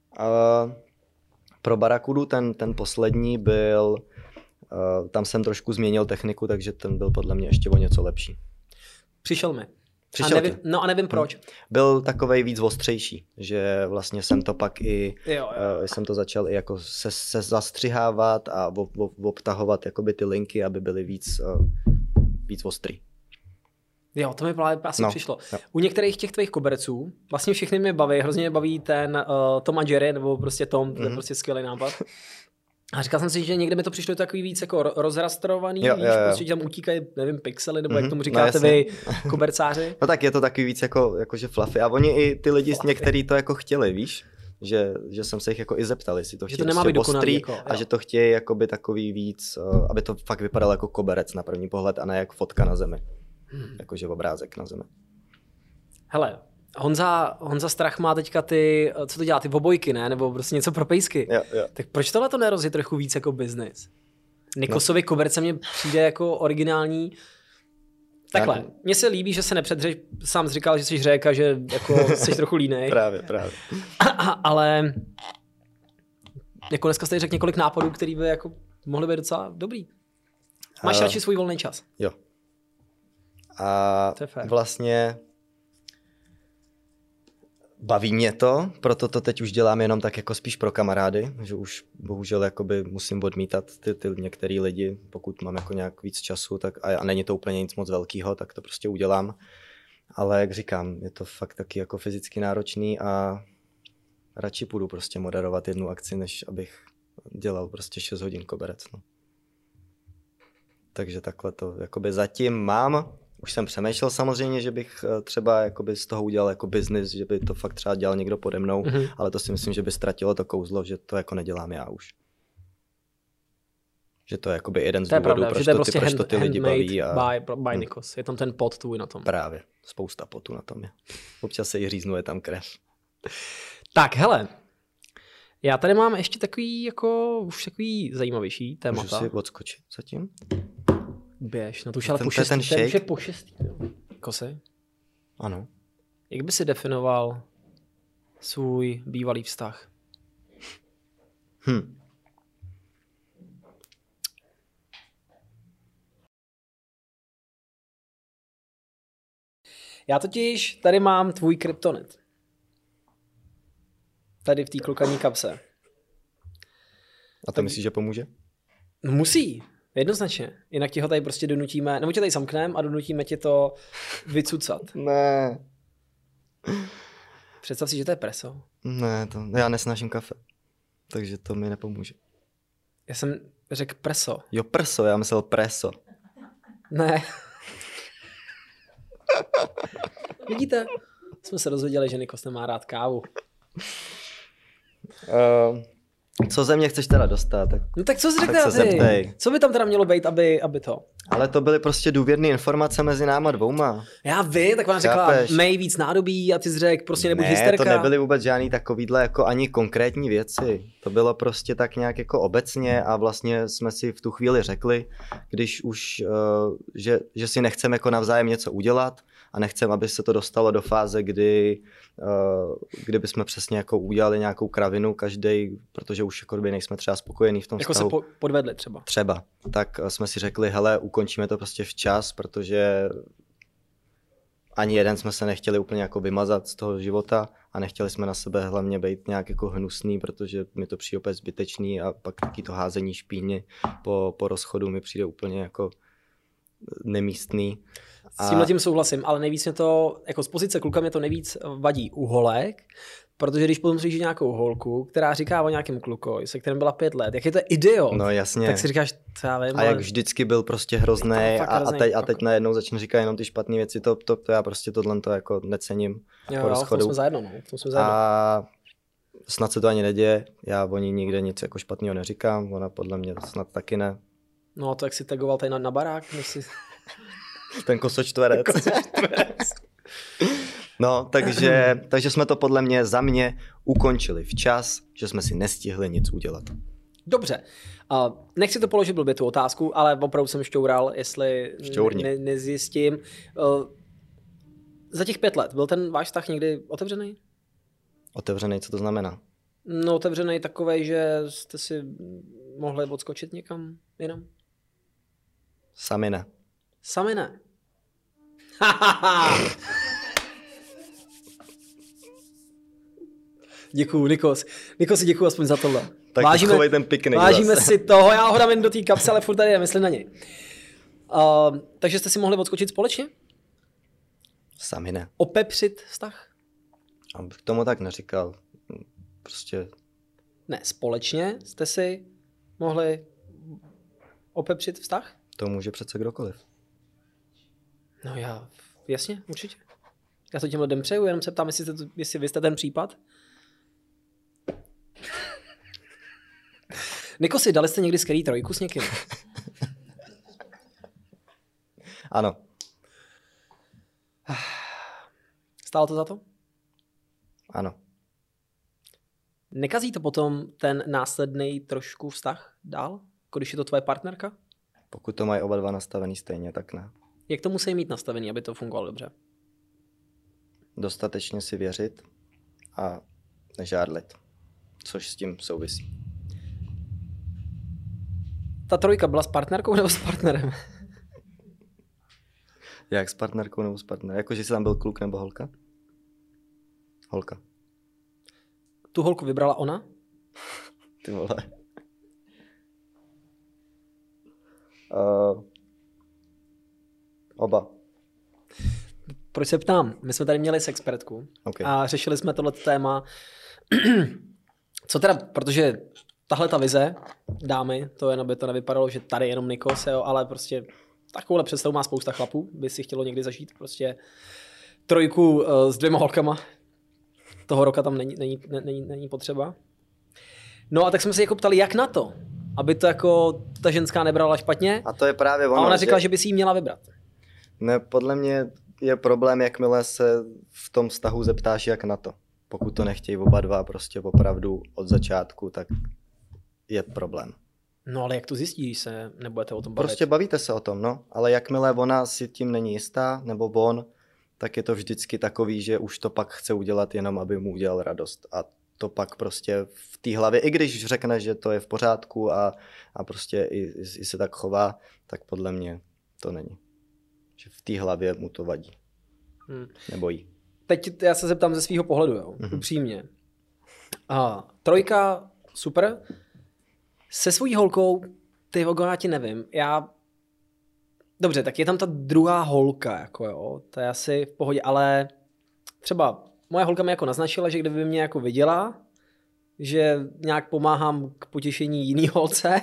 Pro Barakudu ten poslední byl, tam jsem trošku změnil techniku, takže ten byl podle mě ještě o něco lepší. Přišel mi. A nevím proč. Byl takovej víc ostřejší, že vlastně jsem to pak jsem to začal i jako se zastřihávat a obtahovat jakoby ty linky, aby byly víc ostrý. Jo, to mi právě asi přišlo. Jo. U některých těch tvých koberců, vlastně všechny mě baví, hrozně mě baví ten Tom a Jerry, nebo prostě Tom, to je prostě skvělý nápad. A říkal jsem si, že někde mi to přišlo takový víc jako rozrastrovaný, víš, prostě tam utíkají, nevím, pixely, nebo jak tomu říkáte vy, kobercáři. No tak je to takový víc jakože fluffy. A oni i ty lidi, některý to jako chtěli, víš, že jsem se jich jako i zeptal, jestli to chtějí prostě ostrý jako, a že to chtějí jakoby takový víc, aby to fakt vypadalo jako koberec na první pohled a ne jak fotka na zemi. Jakože obrázek na zemi. Hele, Honza Strach má teďka ty, co to dělá, ty obojky, ne? Nebo prostě něco pro pejsky. Jo. Tak proč tohle to nerozjet trochu víc jako business? Nikosový koberce mně přijde jako originální. Takhle, mně se líbí, že se nepředřeš, sám jsi říkal, že jsi řek a že jako jsi trochu línej. Právě. Ale jako dneska jsi řekl několik nápadů, který by jako mohly být docela dobrý. Máš radši svůj volný čas. Jo. A vlastně baví mě to, proto to teď už dělám jenom tak jako spíš pro kamarády, že už bohužel jakoby musím odmítat ty některý lidi, pokud mám jako nějak víc času, tak a není to úplně nic moc velkého, tak to prostě udělám. Ale jak říkám, je to fakt taky jako fyzicky náročný a radši půjdu prostě moderovat jednu akci, než abych dělal prostě 6 hodin koberec. No. Takže takhle to jakoby zatím mám. Už jsem přemýšlel samozřejmě, že bych třeba jakoby z toho udělal jako business, že by to fakt třeba dělal někdo pode mnou, ale to si myslím, že by ztratilo to kouzlo, že to jako nedělám já už. Že to je jakoby jeden z důvodů, proč to ty lidi baví. By Nikos. Je tam ten pot tvůj na tom. Právě. Spousta potů na tom je. Občas se jí říznuje tam krev. Tak, hele. Já tady mám ještě takový jako už takový zajímavější témata. Můžu si odskočit zatím? Běž, no to už ale po šestý. Ten už je po šestý. Kosy? Ano. Jak by si definoval svůj bývalý vztah? Já totiž tady mám tvůj kryptonit. Tady v té klukaní kapse. A to myslíš, že pomůže? No musí, jednoznačně. Jinak ti ho tady prostě donutíme, nebo tě tady zamkneme a donutíme tě to vycucat. Ne. Představ si, že to je preso. Ne, já nesnáším kafe. Takže to mi nepomůže. Já jsem řekl preso. Jo, preso, já myslel preso. Ne. Vidíte? Jsme se dozvěděli, že Nikos nemá rád kávu. Co ze mě chceš teda dostat? No tak co jsi řekl ty? Co by tam teda mělo být, aby to? Ale to byly prostě důvěrné informace mezi náma dvouma. Já vím, tak vám řekla mej víc nádobí a ty jsi řekl, prostě nebuď hysterka. Ne, to nebyly vůbec žádný takovýhle jako ani konkrétní věci. To bylo prostě tak nějak jako obecně a vlastně jsme si v tu chvíli řekli, když už, že si nechceme jako navzájem něco udělat a nechceme, aby se to dostalo do fáze, kdy bychom přesně jako udělali nějakou kravinu každej, protože už jako nejsme třeba spokojení v tom jako vztahu. Jako se podvedli třeba. Třeba. Tak jsme si řekli, hele, ukončíme to prostě včas, protože ani jeden jsme se nechtěli úplně jako vymazat z toho života a nechtěli jsme na sebe hlavně být nějak jako hnusný, protože mi to přijde opět zbytečný a pak taky to házení špíny po rozchodu mi přijde úplně jako nemístný. S tímhletím souhlasím, ale nejvíc mě to, jako z pozice kluka mě to nejvíc vadí u holek, protože když potom slyšíš nějakou holku, která říká o nějakém klukovi, se kterým byla 5 let, jak je to idiot, no, jasně. tak si říkáš, co já vím. A jak vždycky byl prostě hrozný a teď najednou začne říkat jenom ty špatné věci, to já prostě tohle to jako necením po rozchodu. V tom jsme zajedno, no. A snad se to ani neděje, já o ní nikde nic jako špatného neříkám, ona podle mě snad taky ne. No a to jak si tagoval tady na barák, než si... Ten kosočtverec. No, takže jsme to podle mě za mě ukončili včas, že jsme si nestihli nic udělat. Dobře. Nechci to položit blbě tu otázku, ale opravdu jsem šťoural, jestli nezjistím. Za těch 5 let byl ten váš vztah někdy otevřený? Otevřený, co to znamená? No otevřený takovej, že jste si mohli odskočit někam jinam? Sami ne. Sami ne. Děkuju, Nikos. Nikosi, děkuju aspoň za tohle. Tak ten piknik. Vážíme si toho, já ho dám jen do té kapsy, ale furt tady myslím na něj. Takže jste si mohli odskočit společně? Sami ne. Opepřit vztah? Abych k tomu tak neříkal. Prostě... Ne, společně jste si mohli opepřit vztah? To může přece kdokoliv. No jasně, určitě. Já to těm lidem přeju, jenom se ptám, jestli vy jste ten případ. Nikosi, dali jste někdy skvělý trojku s někým? Ano. Stálo to za to? Ano. Nekazí to potom ten následný trošku vztah dál, když je to tvoje partnerka? Pokud to mají oba dva nastavený stejně, tak ne. Jak to musí mít nastavený, aby to fungovalo dobře? Dostatečně si věřit a nežádlit, což s tím souvisí. Ta trojka byla s partnerkou nebo s partnerem? Jak s partnerkou nebo s partnerem? Jakože jsi tam byl kluk nebo holka? Holka. Tu holku vybrala ona? Ty vole. Oba. Proč se ptám? My jsme tady měli sexpertku a řešili jsme tohle téma. Co teda, protože tahle ta vize, dámy, to jen aby to nevypadalo, že tady jenom Nikos, jo, ale prostě takovouhle představu má spousta chlapů, by si chtělo někdy zažít, prostě trojku s 2 holkama. Toho roka tam není potřeba. No a tak jsme se jako ptali, jak na to, aby to jako ta ženská nebrala špatně. A to je právě ono. A ona říkala, že by si ji měla vybrat. Ne, podle mě je problém, jakmile se v tom vztahu zeptáš, jak na to. Pokud to nechtějí oba dva prostě opravdu od začátku, tak je problém. No ale jak to zjistí, když se nebudete o tom bavit? Prostě bavíte se o tom, no. Ale jakmile ona si tím není jistá, nebo on, tak je to vždycky takový, že už to pak chce udělat jenom, aby mu udělal radost. A to pak prostě v té hlavě, i když řekne, že to je v pořádku a prostě i se tak chová, tak podle mě to není. Že v té hlavě mu to vadí. Nebojí. Teď já se zeptám ze svého pohledu, jo, upřímně. Trojka, super. Se svojí holkou, ty vogo, já ti nevím. Dobře, tak je tam ta druhá holka, jako jo, to je asi v pohodě, ale třeba moje holka mi jako naznačila, že kdyby mě jako viděla, že nějak pomáhám k potěšení jiný holce,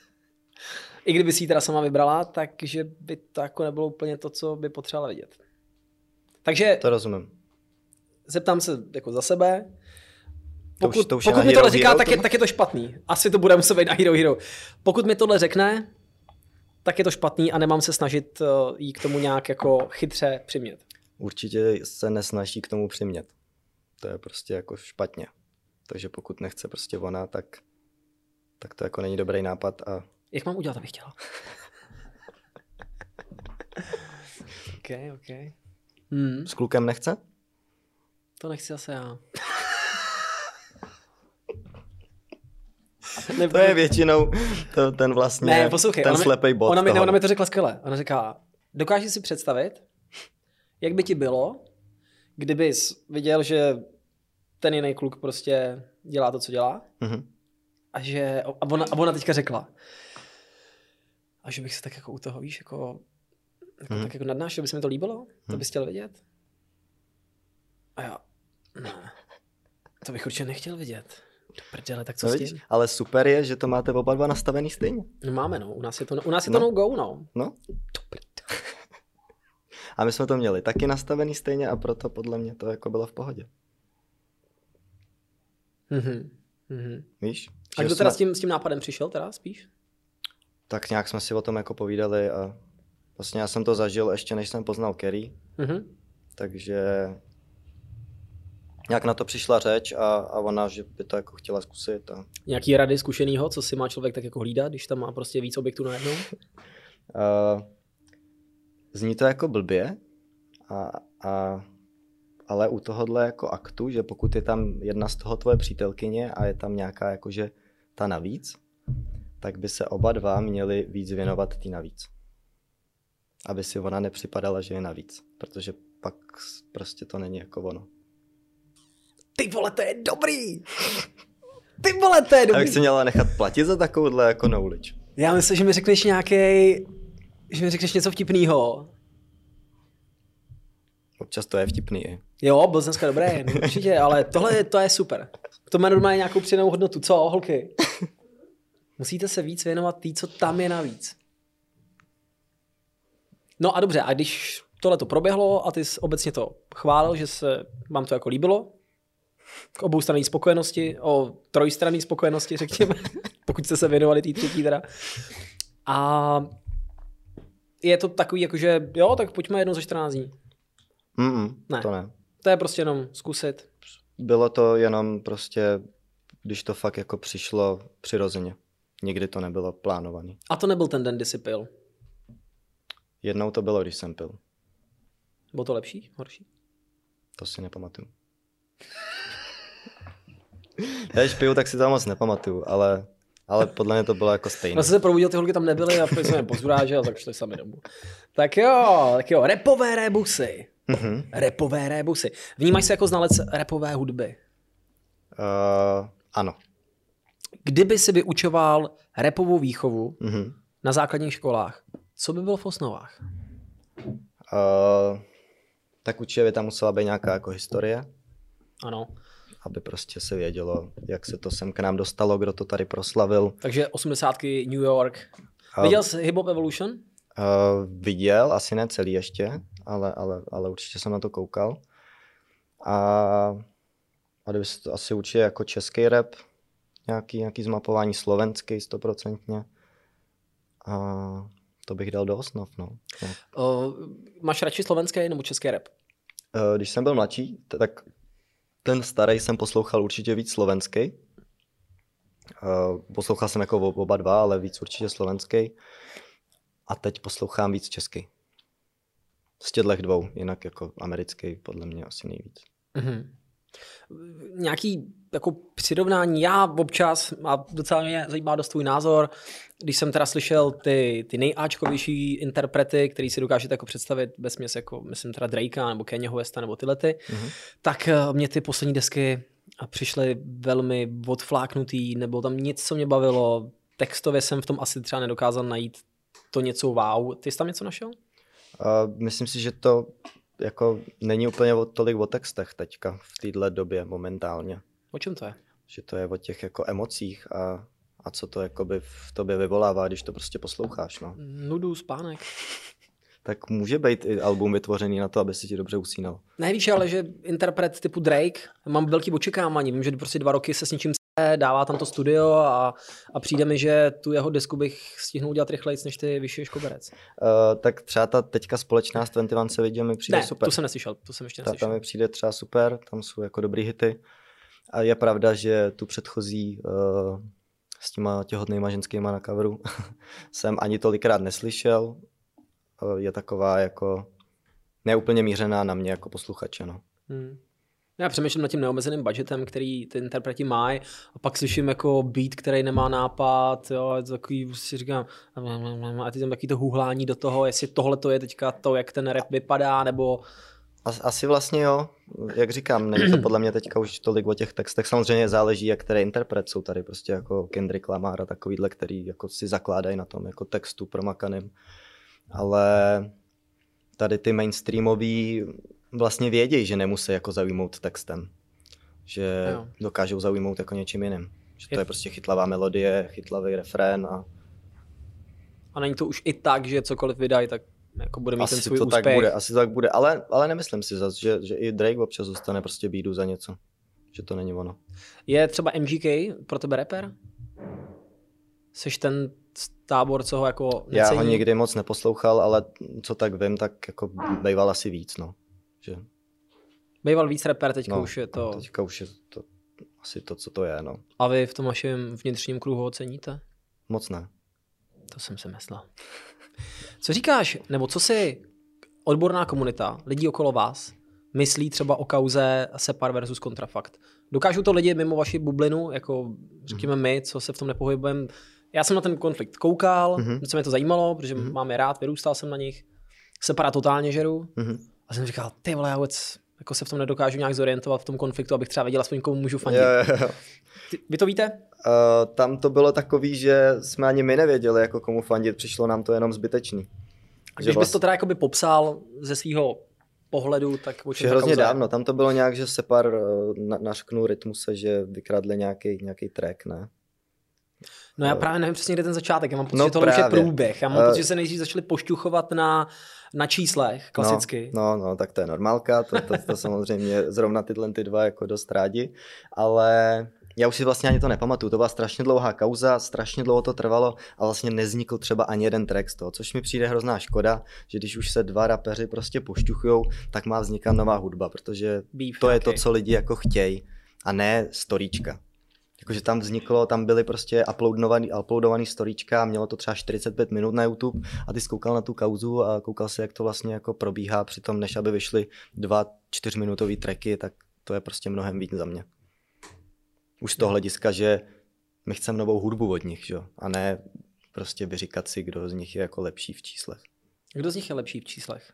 i kdyby si ji teda sama vybrala, takže by to jako nebylo úplně to, co by potřebovala vidět. Takže to rozumím. Zeptám se jako za sebe. Pokud to mi tohle říká, tak je to špatný. Asi to bude muset být na Hero Hero. Pokud mi tohle řekne, tak je to špatný a nemám se snažit jí k tomu nějak jako chytře přimět. Určitě se nesnaží k tomu přimět. To je prostě jako špatně. Takže pokud nechce prostě ona, tak to jako není dobrý nápad. Jak mám udělat, abych chtěla? OK. S klukem nechce? To nechci zase já. To je většinou ten vlastně, ne, poslouchej, ten slepej bod. Ona mi to řekla skvěle. Ona říká, dokážeš si představit, jak by ti bylo, kdybys viděl, že ten jiný kluk prostě dělá to, co dělá? A ona teďka řekla, a že bych se tak jako u toho, víš, tak jako nadnáš, že by se mi to líbilo? To bys chtěl vidět? A já, ne, to bych určitě nechtěl vidět. Do prdele, tak co s tím? Ale super je, že to máte oba dva nastavený stejně. No máme, no. U nás je to no go, no. No. A my jsme to měli taky nastavený stejně a proto podle mě to jako bylo v pohodě. Víš? A kdo teda s tím nápadem přišel teda spíš? Tak nějak jsme si o tom jako povídali a vlastně já jsem to zažil ještě než jsem poznal Kerry. Takže nějak na to přišla řeč a ona, že by to jako chtěla zkusit. Nějaký rady zkušenýho, co si má člověk tak jako hlídat, když tam má prostě víc objektů najednou? Zní to jako blbě, ale u tohohle jako aktu, že pokud je tam jedna z toho tvoje přítelkyně a je tam nějaká jakože ta navíc, tak by se oba dva měli víc věnovat tý navíc. Aby si ona nepřipadala, že je navíc, protože pak prostě to není jako ono. Ty vole, to je dobrý! Ty vole, to je dobrý! A bych si měla nechat platit za takovouhle jako knowledge. Já myslím, že mi řekneš něco vtipnýho. Občas to je vtipný. Jo, byl dneska dobrý, určitě, ale to je super. To má normálně nějakou přidanou hodnotu. Co, holky? Musíte se víc věnovat tý, co tam je navíc. No a dobře, a když tohle to proběhlo a ty jsi obecně to chválil, že se vám to jako líbilo, k oboustranné spokojenosti, o trojstranné spokojenosti, řekněme, pokud jste se věnovali té třetí teda. A je to takový, jakože jo, tak pojďme jednou za 14 dní. Ne. To ne. To je prostě jenom zkusit. Bylo to jenom prostě, když to fakt jako přišlo přirozeně. Nikdy to nebylo plánované. A to nebyl ten den, kdy jsi pil? Jednou to bylo, když jsem pil. Bylo to lepší, horší? To si nepamatuju. Já když piju, tak si to moc nepamatuju, ale podle mě to bylo jako stejné. Já jsem se probudil, ty holky tam nebyly a jsem je pozurážel, tak šli sami domů. Tak jo, rapové rébusy. Rapové rébusy. Vnímáš se jako znalec rapové hudby? Ano. Kdyby si vyučoval rapovou výchovu na základních školách, co by bylo v osnovách? Tak určitě by tam musela být nějaká jako historie. Ano. Aby prostě se vědělo, jak se to sem k nám dostalo, kdo to tady proslavil. Takže 80. New York. Viděl jsi Hip Hop Evolution? Viděl, asi ne celý ještě, ale určitě jsem na to koukal. A kdyby se to asi určitě jako český rap, nějaký zmapování slovenský 100%. A to bych dal do osnov, no. Máš radši slovenský nebo český rap? Když jsem byl mladší, tak ten starý jsem poslouchal určitě víc slovenský. Poslouchal jsem jako oba dva, ale víc určitě slovenský. A teď poslouchám víc český. Z těchto dvou, jinak jako americký podle mě asi nejvíc. Nějaký jako přirovnání, já občas, a docela mě zajímá dost tvůj názor, když jsem teda slyšel ty nejáčkovější interprety, který si dokážete jako představit vesměs jako, myslím teda Drakea nebo Kanyeho Westa nebo tyhle tak mě ty poslední desky přišly velmi odfláknutý, nebo tam nic, co mě bavilo, textově jsem v tom asi třeba nedokázal najít to něco wow. Ty jsi tam něco našel? Myslím si, že to jako není úplně tolik o textech teďka v této době momentálně. O čem to je? Že to je o těch jako emocích a co to jakoby v tobě vyvolává, když to prostě posloucháš. No. Nudu, spánek. Tak může být i album vytvořený na to, aby si ti dobře usínal. Nevíš, ale že interpret typu Drake, mám velký očekávání, vím, že prostě 2 roky se s něčím dává tam to studio a přijde mi, že tu jeho desku bych stihnul udělat rychleji, než ty vyšiješ koberec. Tak třeba ta teďka společná s 21 se vidí, mi přijde super. To jsem neslyšel, to jsem ještě neslyšel. Tam mi přijde třeba super, tam jsou jako dobrý hity. A je pravda, že tu předchozí s těma těhotnýma ženskýma na coveru jsem ani tolikrát neslyšel. Je taková jako neúplně mířená na mě jako posluchače. No. Já přemýšlím nad tím neomezeným budgetem, který ty interpreti mají, a pak slyším jako beat, který nemá nápad, jo, je to takový, si říkám, a ty tam taky to hůhlání do toho, jestli tohle to je teďka to, jak ten rap vypadá, nebo... Asi vlastně jo, jak říkám, není to podle mě teďka už tolik o těch textech, samozřejmě záleží, jak který interpret jsou tady, prostě jako Kendrick Lamar a takovýhle, který jako si zakládají na tom jako textu promakaným, ale tady ty mainstreamový vlastně vědějí, že nemusí jako zaujmout textem, že dokážou zaujmout jako něčím jiným, že to je prostě chytlavá melodie, chytlavý refrén a není to už i tak, že cokoliv vydají, tak jako bude mít asi ten svůj to úspěch. Asi to tak bude, ale nemyslím si zase, že i Drake občas dostane prostě bídu za něco, že to není ono. Je třeba MGK pro tebe rapper? Seš ten tábor, co ho jako necení? Já ho nikdy moc neposlouchal, ale co tak vím, tak jako bejval asi víc, no. Že... Bejval víc rapper, teďka už je to... Teďka už je to asi to, co to je, no. A vy v tom vašem vnitřním kruhu oceníte? Moc ne. To jsem si myslel. Co říkáš, nebo co si odborná komunita, lidi okolo vás, myslí třeba o kauze Separ versus Kontrafakt? Dokážou to lidi mimo vaši bublinu, jako řekněme my, co se v tom nepohybujeme? Já jsem na ten konflikt koukal, co mě to zajímalo, protože mám je rád, vyrůstal jsem na nich. Separa totálně žeru. A jsem říkal, ty vole, já vůbec jako se v tom nedokážu nějak zorientovat v tom konfliktu, abych třeba věděl aspoň komu můžu fandit. Jo. Vy to víte? Tam to bylo takový, že jsme ani my nevěděli, jako komu fandit, přišlo nám to jenom zbytečný. Když bys to teda jakoby popsal ze svého pohledu, tak o čem hrozně dávno, tam to bylo nějak, že Separ nařknul Rytmuse, že vykradli nějaký track, ne? No já právě nevím přesně, kde ten začátek, já mám pocit, že tohle už je průběh. Já mám pocit, že se nejdřív začali pošťuchovat na číslech, klasicky. No, tak to je normálka, to samozřejmě zrovna tyhle ty dva jako dost rádi, ale já už si vlastně ani to nepamatuju, to byla strašně dlouhá kauza, strašně dlouho to trvalo a vlastně nevznikl třeba ani jeden track z toho, což mi přijde hrozná škoda, že když už se dva rapeři prostě pošťuchujou, tak má vznikat nová hudba, protože to je to, co lidi jako chtějí a ne storíčka. Jakože tam byly prostě uploadovaný storíčka, mělo to třeba 45 minut na YouTube a ty jsi koukal na tu kauzu a koukal se, jak to vlastně jako probíhá přitom, než aby vyšly 2 4minutový tracky, tak to je prostě mnohem víc za mě. Už z toho hlediska, že my chceme novou hudbu od nich, že? A ne prostě vyříkat si, kdo z nich je jako lepší v číslech. Kdo z nich je lepší v číslech?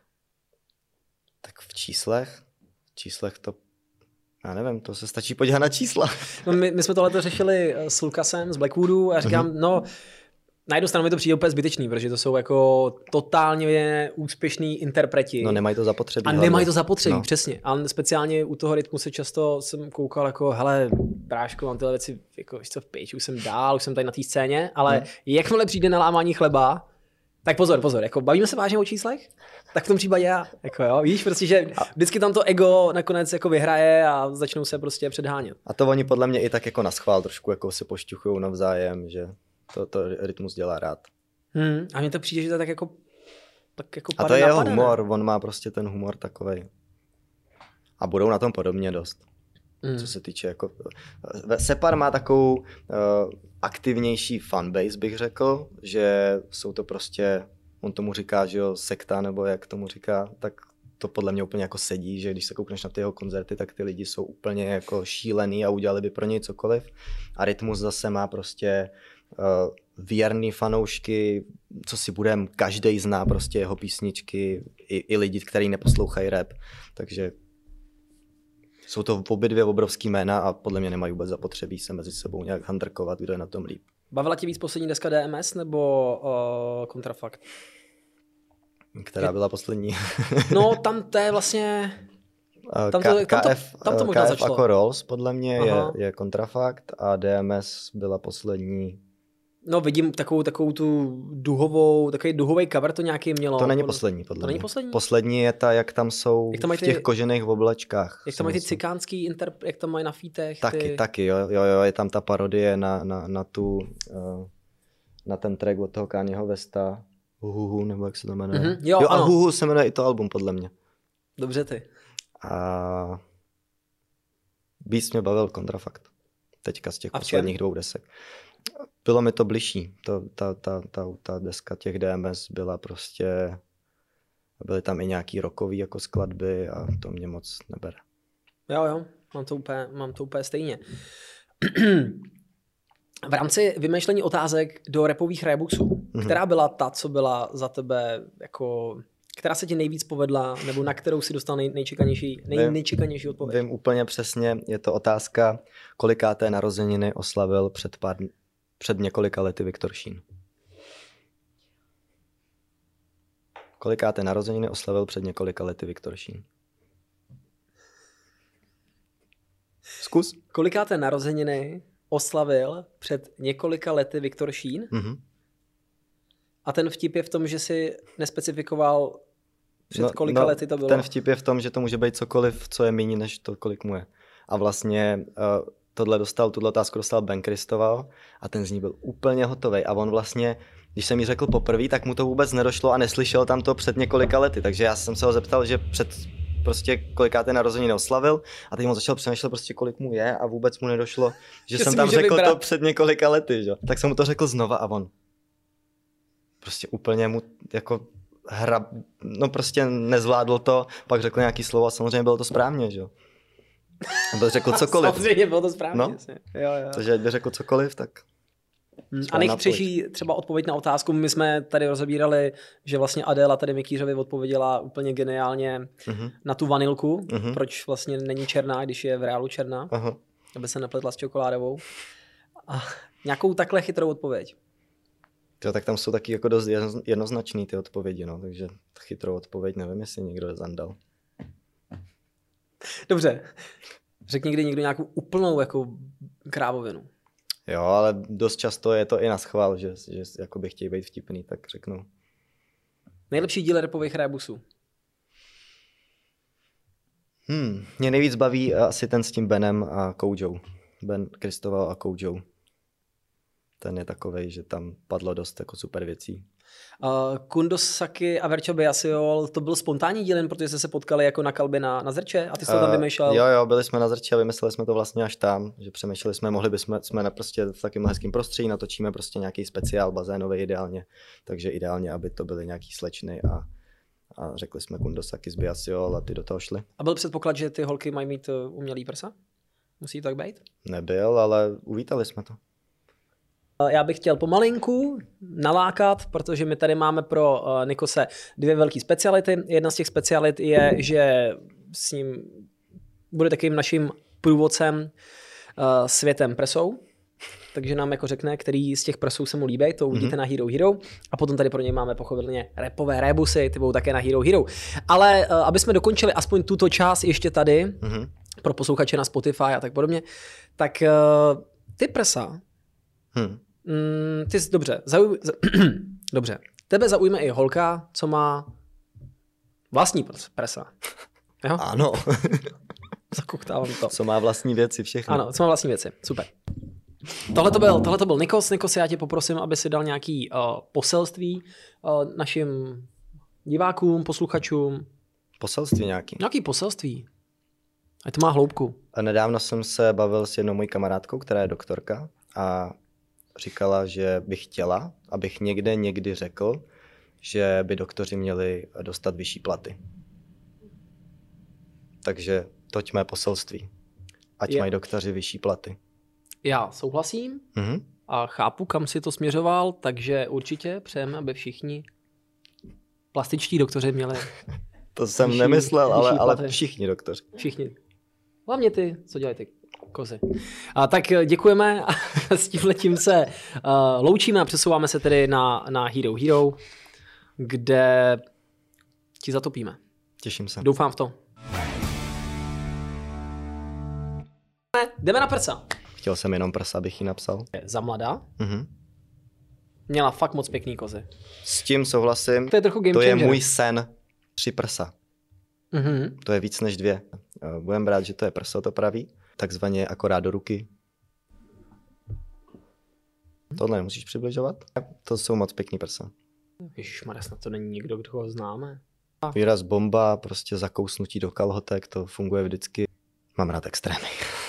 Tak v číslech to, já nevím, to se stačí podívat na čísla. No my jsme tohle řešili s Lukasem z Blackwoodu a říkám, no na jednu stranu mi to přijde úplně zbytečný, protože to jsou jako totálně úspěšní interpreti. No nemají to zapotřebí. A nemají to zapotřebí, přesně. A speciálně u toho rytmu se často jsem koukal jako, hele, bráško, mám tyhle věci, jako, víš co, v piči, už jsem dál, už jsem tady na té scéně, ale jakmile přijde na lámání chleba, tak pozor, jako bavíme se vážně o číslech? Tak v tom případě já, jako jo, víš, prostě, že vždycky tam to ego nakonec jako vyhraje a začnou se prostě předhánět. A to oni podle mě i tak jako naschvál trošku jako se pošťuchujou navzájem, že to Rytmus dělá rád. A mně to přijde, že to tak jako a to je jeho humor, on má prostě ten humor takovej. A budou na tom podobně dost. Co se týče jako... Separ má takovou aktivnější fanbase, bych řekl, že jsou to prostě, on tomu říká, že jo, sekta, nebo jak tomu říká, tak to podle mě úplně jako sedí, že když se koukneš na ty jeho koncerty, tak ty lidi jsou úplně jako šílený a udělali by pro něj cokoliv. A Rytmus zase má prostě věrný fanoušky, co si budem, každej zná prostě jeho písničky, i lidi, kteří neposlouchají rap, takže jsou to obě dvě obrovský jména a podle mě nemají vůbec zapotřebí se mezi sebou nějak handrkovat, kdo je na tom líp. Bavila tě víc poslední deska DMS nebo Kontrafakt? Která byla poslední? No tam to je vlastně... Tam to možná KF začalo. Ako Rolls podle mě je Kontrafakt a DMS byla poslední. No vidím takovou tu duhovou, takový duhový cover to nějaký mělo. To není poslední, podle mě. To není poslední? Poslední je ta, jak tam jsou v těch kožených oblečkách. Jak tam mají ty cikánský jak tam mají na fítech. Taky, jo, je tam ta parodie na ten track od toho Kanyeho Westa, Huhu, nebo jak se to jmenuje. Jo, a Huhu se jmenuje i to album, podle mě. Dobře ty. A víc mě bavil Kontrafakt. Teďka z těch posledních 2 desek. Bylo mi to bližší. Ta deska těch DMS byla prostě... Byly tam i nějaký rockový jako skladby a to mě moc nebere. Jo, mám to úplně stejně. V rámci vymýšlení otázek do rapových rayboxů, která byla ta, co byla za tebe jako... Která se ti nejvíc povedla, nebo na kterou si dostal nejnečekanější odpověď? Vím úplně přesně, je to otázka, kolikáté narozeniny oslavil před několika lety Viktor Šín. Kolikáté narozeniny oslavil před několika lety Viktor Šín? Zkus. Kolikáté narozeniny oslavil před několika lety Viktor Šín? A ten vtip je v tom, že si nespecifikoval před kolika lety to bylo? Ten vtip je v tom, že to může být cokoliv, co je méně než to, kolik mu je. A vlastně tuhle otázku dostal Ben Kristoval a ten z ní byl úplně hotovej. A on vlastně, když jsem jí řekl poprvé, tak mu to vůbec nedošlo a neslyšel tam to před několika lety. Takže já jsem se ho zeptal, že před prostě kolikáté narozeniny oslavil a teď on začal přemýšlet prostě kolik mu je a vůbec mu nedošlo, že jsem tam řekl to před několika lety. Že? Tak jsem mu to řekl znova a on prostě úplně mu jako prostě nezvládl to, pak řekl nějaký slovo a samozřejmě bylo to správně, že jo. Byl řekl cokoliv. Samozřejmě bylo to správně. No? Jo. Takže ať by řekl cokoliv, tak... A nejchytřejší třeba odpověď na otázku, my jsme tady rozebírali, že vlastně Adéla tady Mikýřovi odpověděla úplně geniálně na tu vanilku, proč vlastně není černá, když je v reálu černá, aby se nepletla s čokoládovou. A nějakou takhle chytrou odpověď. Tak tam jsou taky jako dost jednoznačný ty odpovědi, no, takže chytrou odpověď nevím, jestli někdo zandal. Dobře. Řekni někdy nějakou úplnou jako krávovinu. Jo, ale dost často je to i na schvál, že jakoby chtějí být vtipný, tak řeknu. Nejlepší díl rapových rébusů? Mě nejvíc baví asi ten s tím Benem a Koujou. Ben Kristoval a Koujou. ten je takovej, že tam padlo dost jako super věcí. Kundosaki a Verčo Biasiol, to byl spontánní díl, protože jste se potkali jako na kalbě na Zrče a ty jsi to tam vymýšlel? Jo, byli jsme na Zrči a vymysleli jsme to vlastně až tam, že přemýšleli jsme, mohli bychom, jsme prostě v takovém hezkém prostředí, natočíme prostě nějaký speciál bazénový ideálně, takže ideálně, aby to byly nějaký slečny a řekli jsme Kundosaki z Biasiol a ty do toho šli. A byl předpoklad, že ty holky mají mít umělý prsa? Musí tak být? Nebyl, ale uvítali jsme to. Já bych chtěl pomalinku nalákat, protože my tady máme pro Nikose dvě velké speciality. Jedna z těch specialit je, že s ním bude takovým naším průvodcem světem presou. Takže nám jako řekne, který z těch presů se mu líbí, to uvidíte na Hero Hero. A potom tady pro něj máme pochopitelně rapové rébusy, ty budou také na Hero Hero. Ale aby jsme dokončili aspoň tuto část ještě tady, pro posluchače na Spotify a tak podobně, tak ty prsa, ty jsi, dobře, tebe zaujme i holka, co má vlastní prsa. Jo? Ano. Zakoktávám to. Co má vlastní věci, všechno. Ano, co má vlastní věci, super. Tohle to byl Nikos. Nikos, já tě poprosím, aby si dal nějaký poselství našim divákům, posluchačům. Poselství nějaký? Nějaký poselství. A to má hloubku. A nedávno jsem se bavil s jednou mojí kamarádkou, která je doktorka a říkala, že by chtěla, abych někdy řekl, že by doktoři měli dostat vyšší platy. Takže toť mé poselství. Ať mají doktoři vyšší platy. Já souhlasím a chápu, kam si to směřoval, takže určitě přejeme, aby všichni plastičtí doktoři měli. To jsem nemyslel, ale všichni doktoři. Všichni. Hlavně ty, co dělají ty kozy. Tak děkujeme a s tímhletím se loučíme a přesouváme se tedy na Hero Hero, kde ti zatopíme. Těším se. Doufám v to. Jdeme na prsa. Chtěl jsem jenom prsa, abych ji napsal. Za mladá. Měla fakt moc pěkný kozy. S tím souhlasím. To je trochu game changer. changer. To je můj sen. 3 prsa. To je víc než 2. Budem brát, že to je prso to pravý. Takzvaně akorát do ruky. Tohle nemusíš přibližovat. To jsou moc pěkný prsa. Ježišmarja, snad to není nikdo, kdo ho známe. Výraz bomba, prostě zakousnutí do kalhotek, to funguje vždycky. Mám rád extrémy.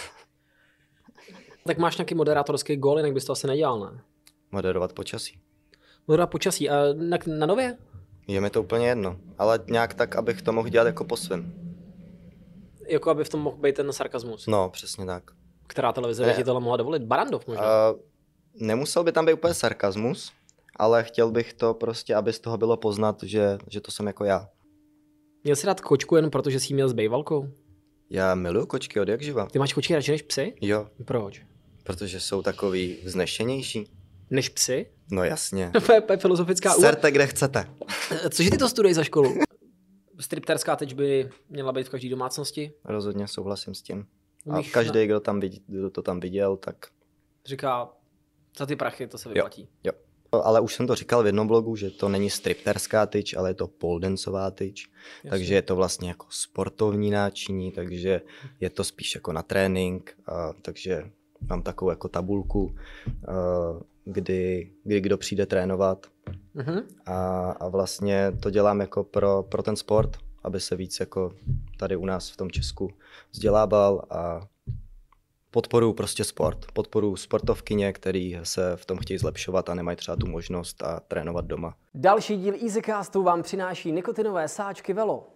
Tak máš nějaký moderátorský gól, jinak bys to asi nedělal, ne? Moderovat počasí. Moderovat počasí. A na Nově? Je mi to úplně jedno, ale nějak tak, abych to mohl dělat jako po svém. Jako aby v tom mohl být ten sarkazmus. No, přesně tak. Která televize by ti tohle mohla dovolit? Barrandov možná? Nemusel by tam být úplně sarkazmus, ale chtěl bych to prostě, aby z toho bylo poznat, že to jsem jako já. Měl jsi rád kočku jen protože jsi jí měl s bejvalkou? Já miluju kočky od jak živa. Ty máš kočky radši než psy? Jo. Proč? Protože jsou takový vznešenější. Než psy? No jasně. To je filozofická Serte, kde chcete. Cože ty to studuješ za školu? Stripterská teď by měla být v každé domácnosti? Rozhodně souhlasím s tím. A každý, kdo to tam viděl, tak... Říká, za ty prachy to se vyplatí. Jo. Ale už jsem to říkal v jednom blogu, že to není stripterská tyč, ale je to poledancová tyč. Takže je to vlastně jako sportovní náčiní, takže je to spíš jako na trénink. Takže mám takovou jako tabulku, kdy kdo přijde trénovat. A vlastně to dělám jako pro ten sport, aby se víc jako tady u nás v tom Česku vzdělával a podporuju prostě sport. Podporuju sportovkyně, který se v tom chtějí zlepšovat a nemají třeba tu možnost a trénovat doma. Další díl EasyCastu vám přináší nikotinové sáčky Velo.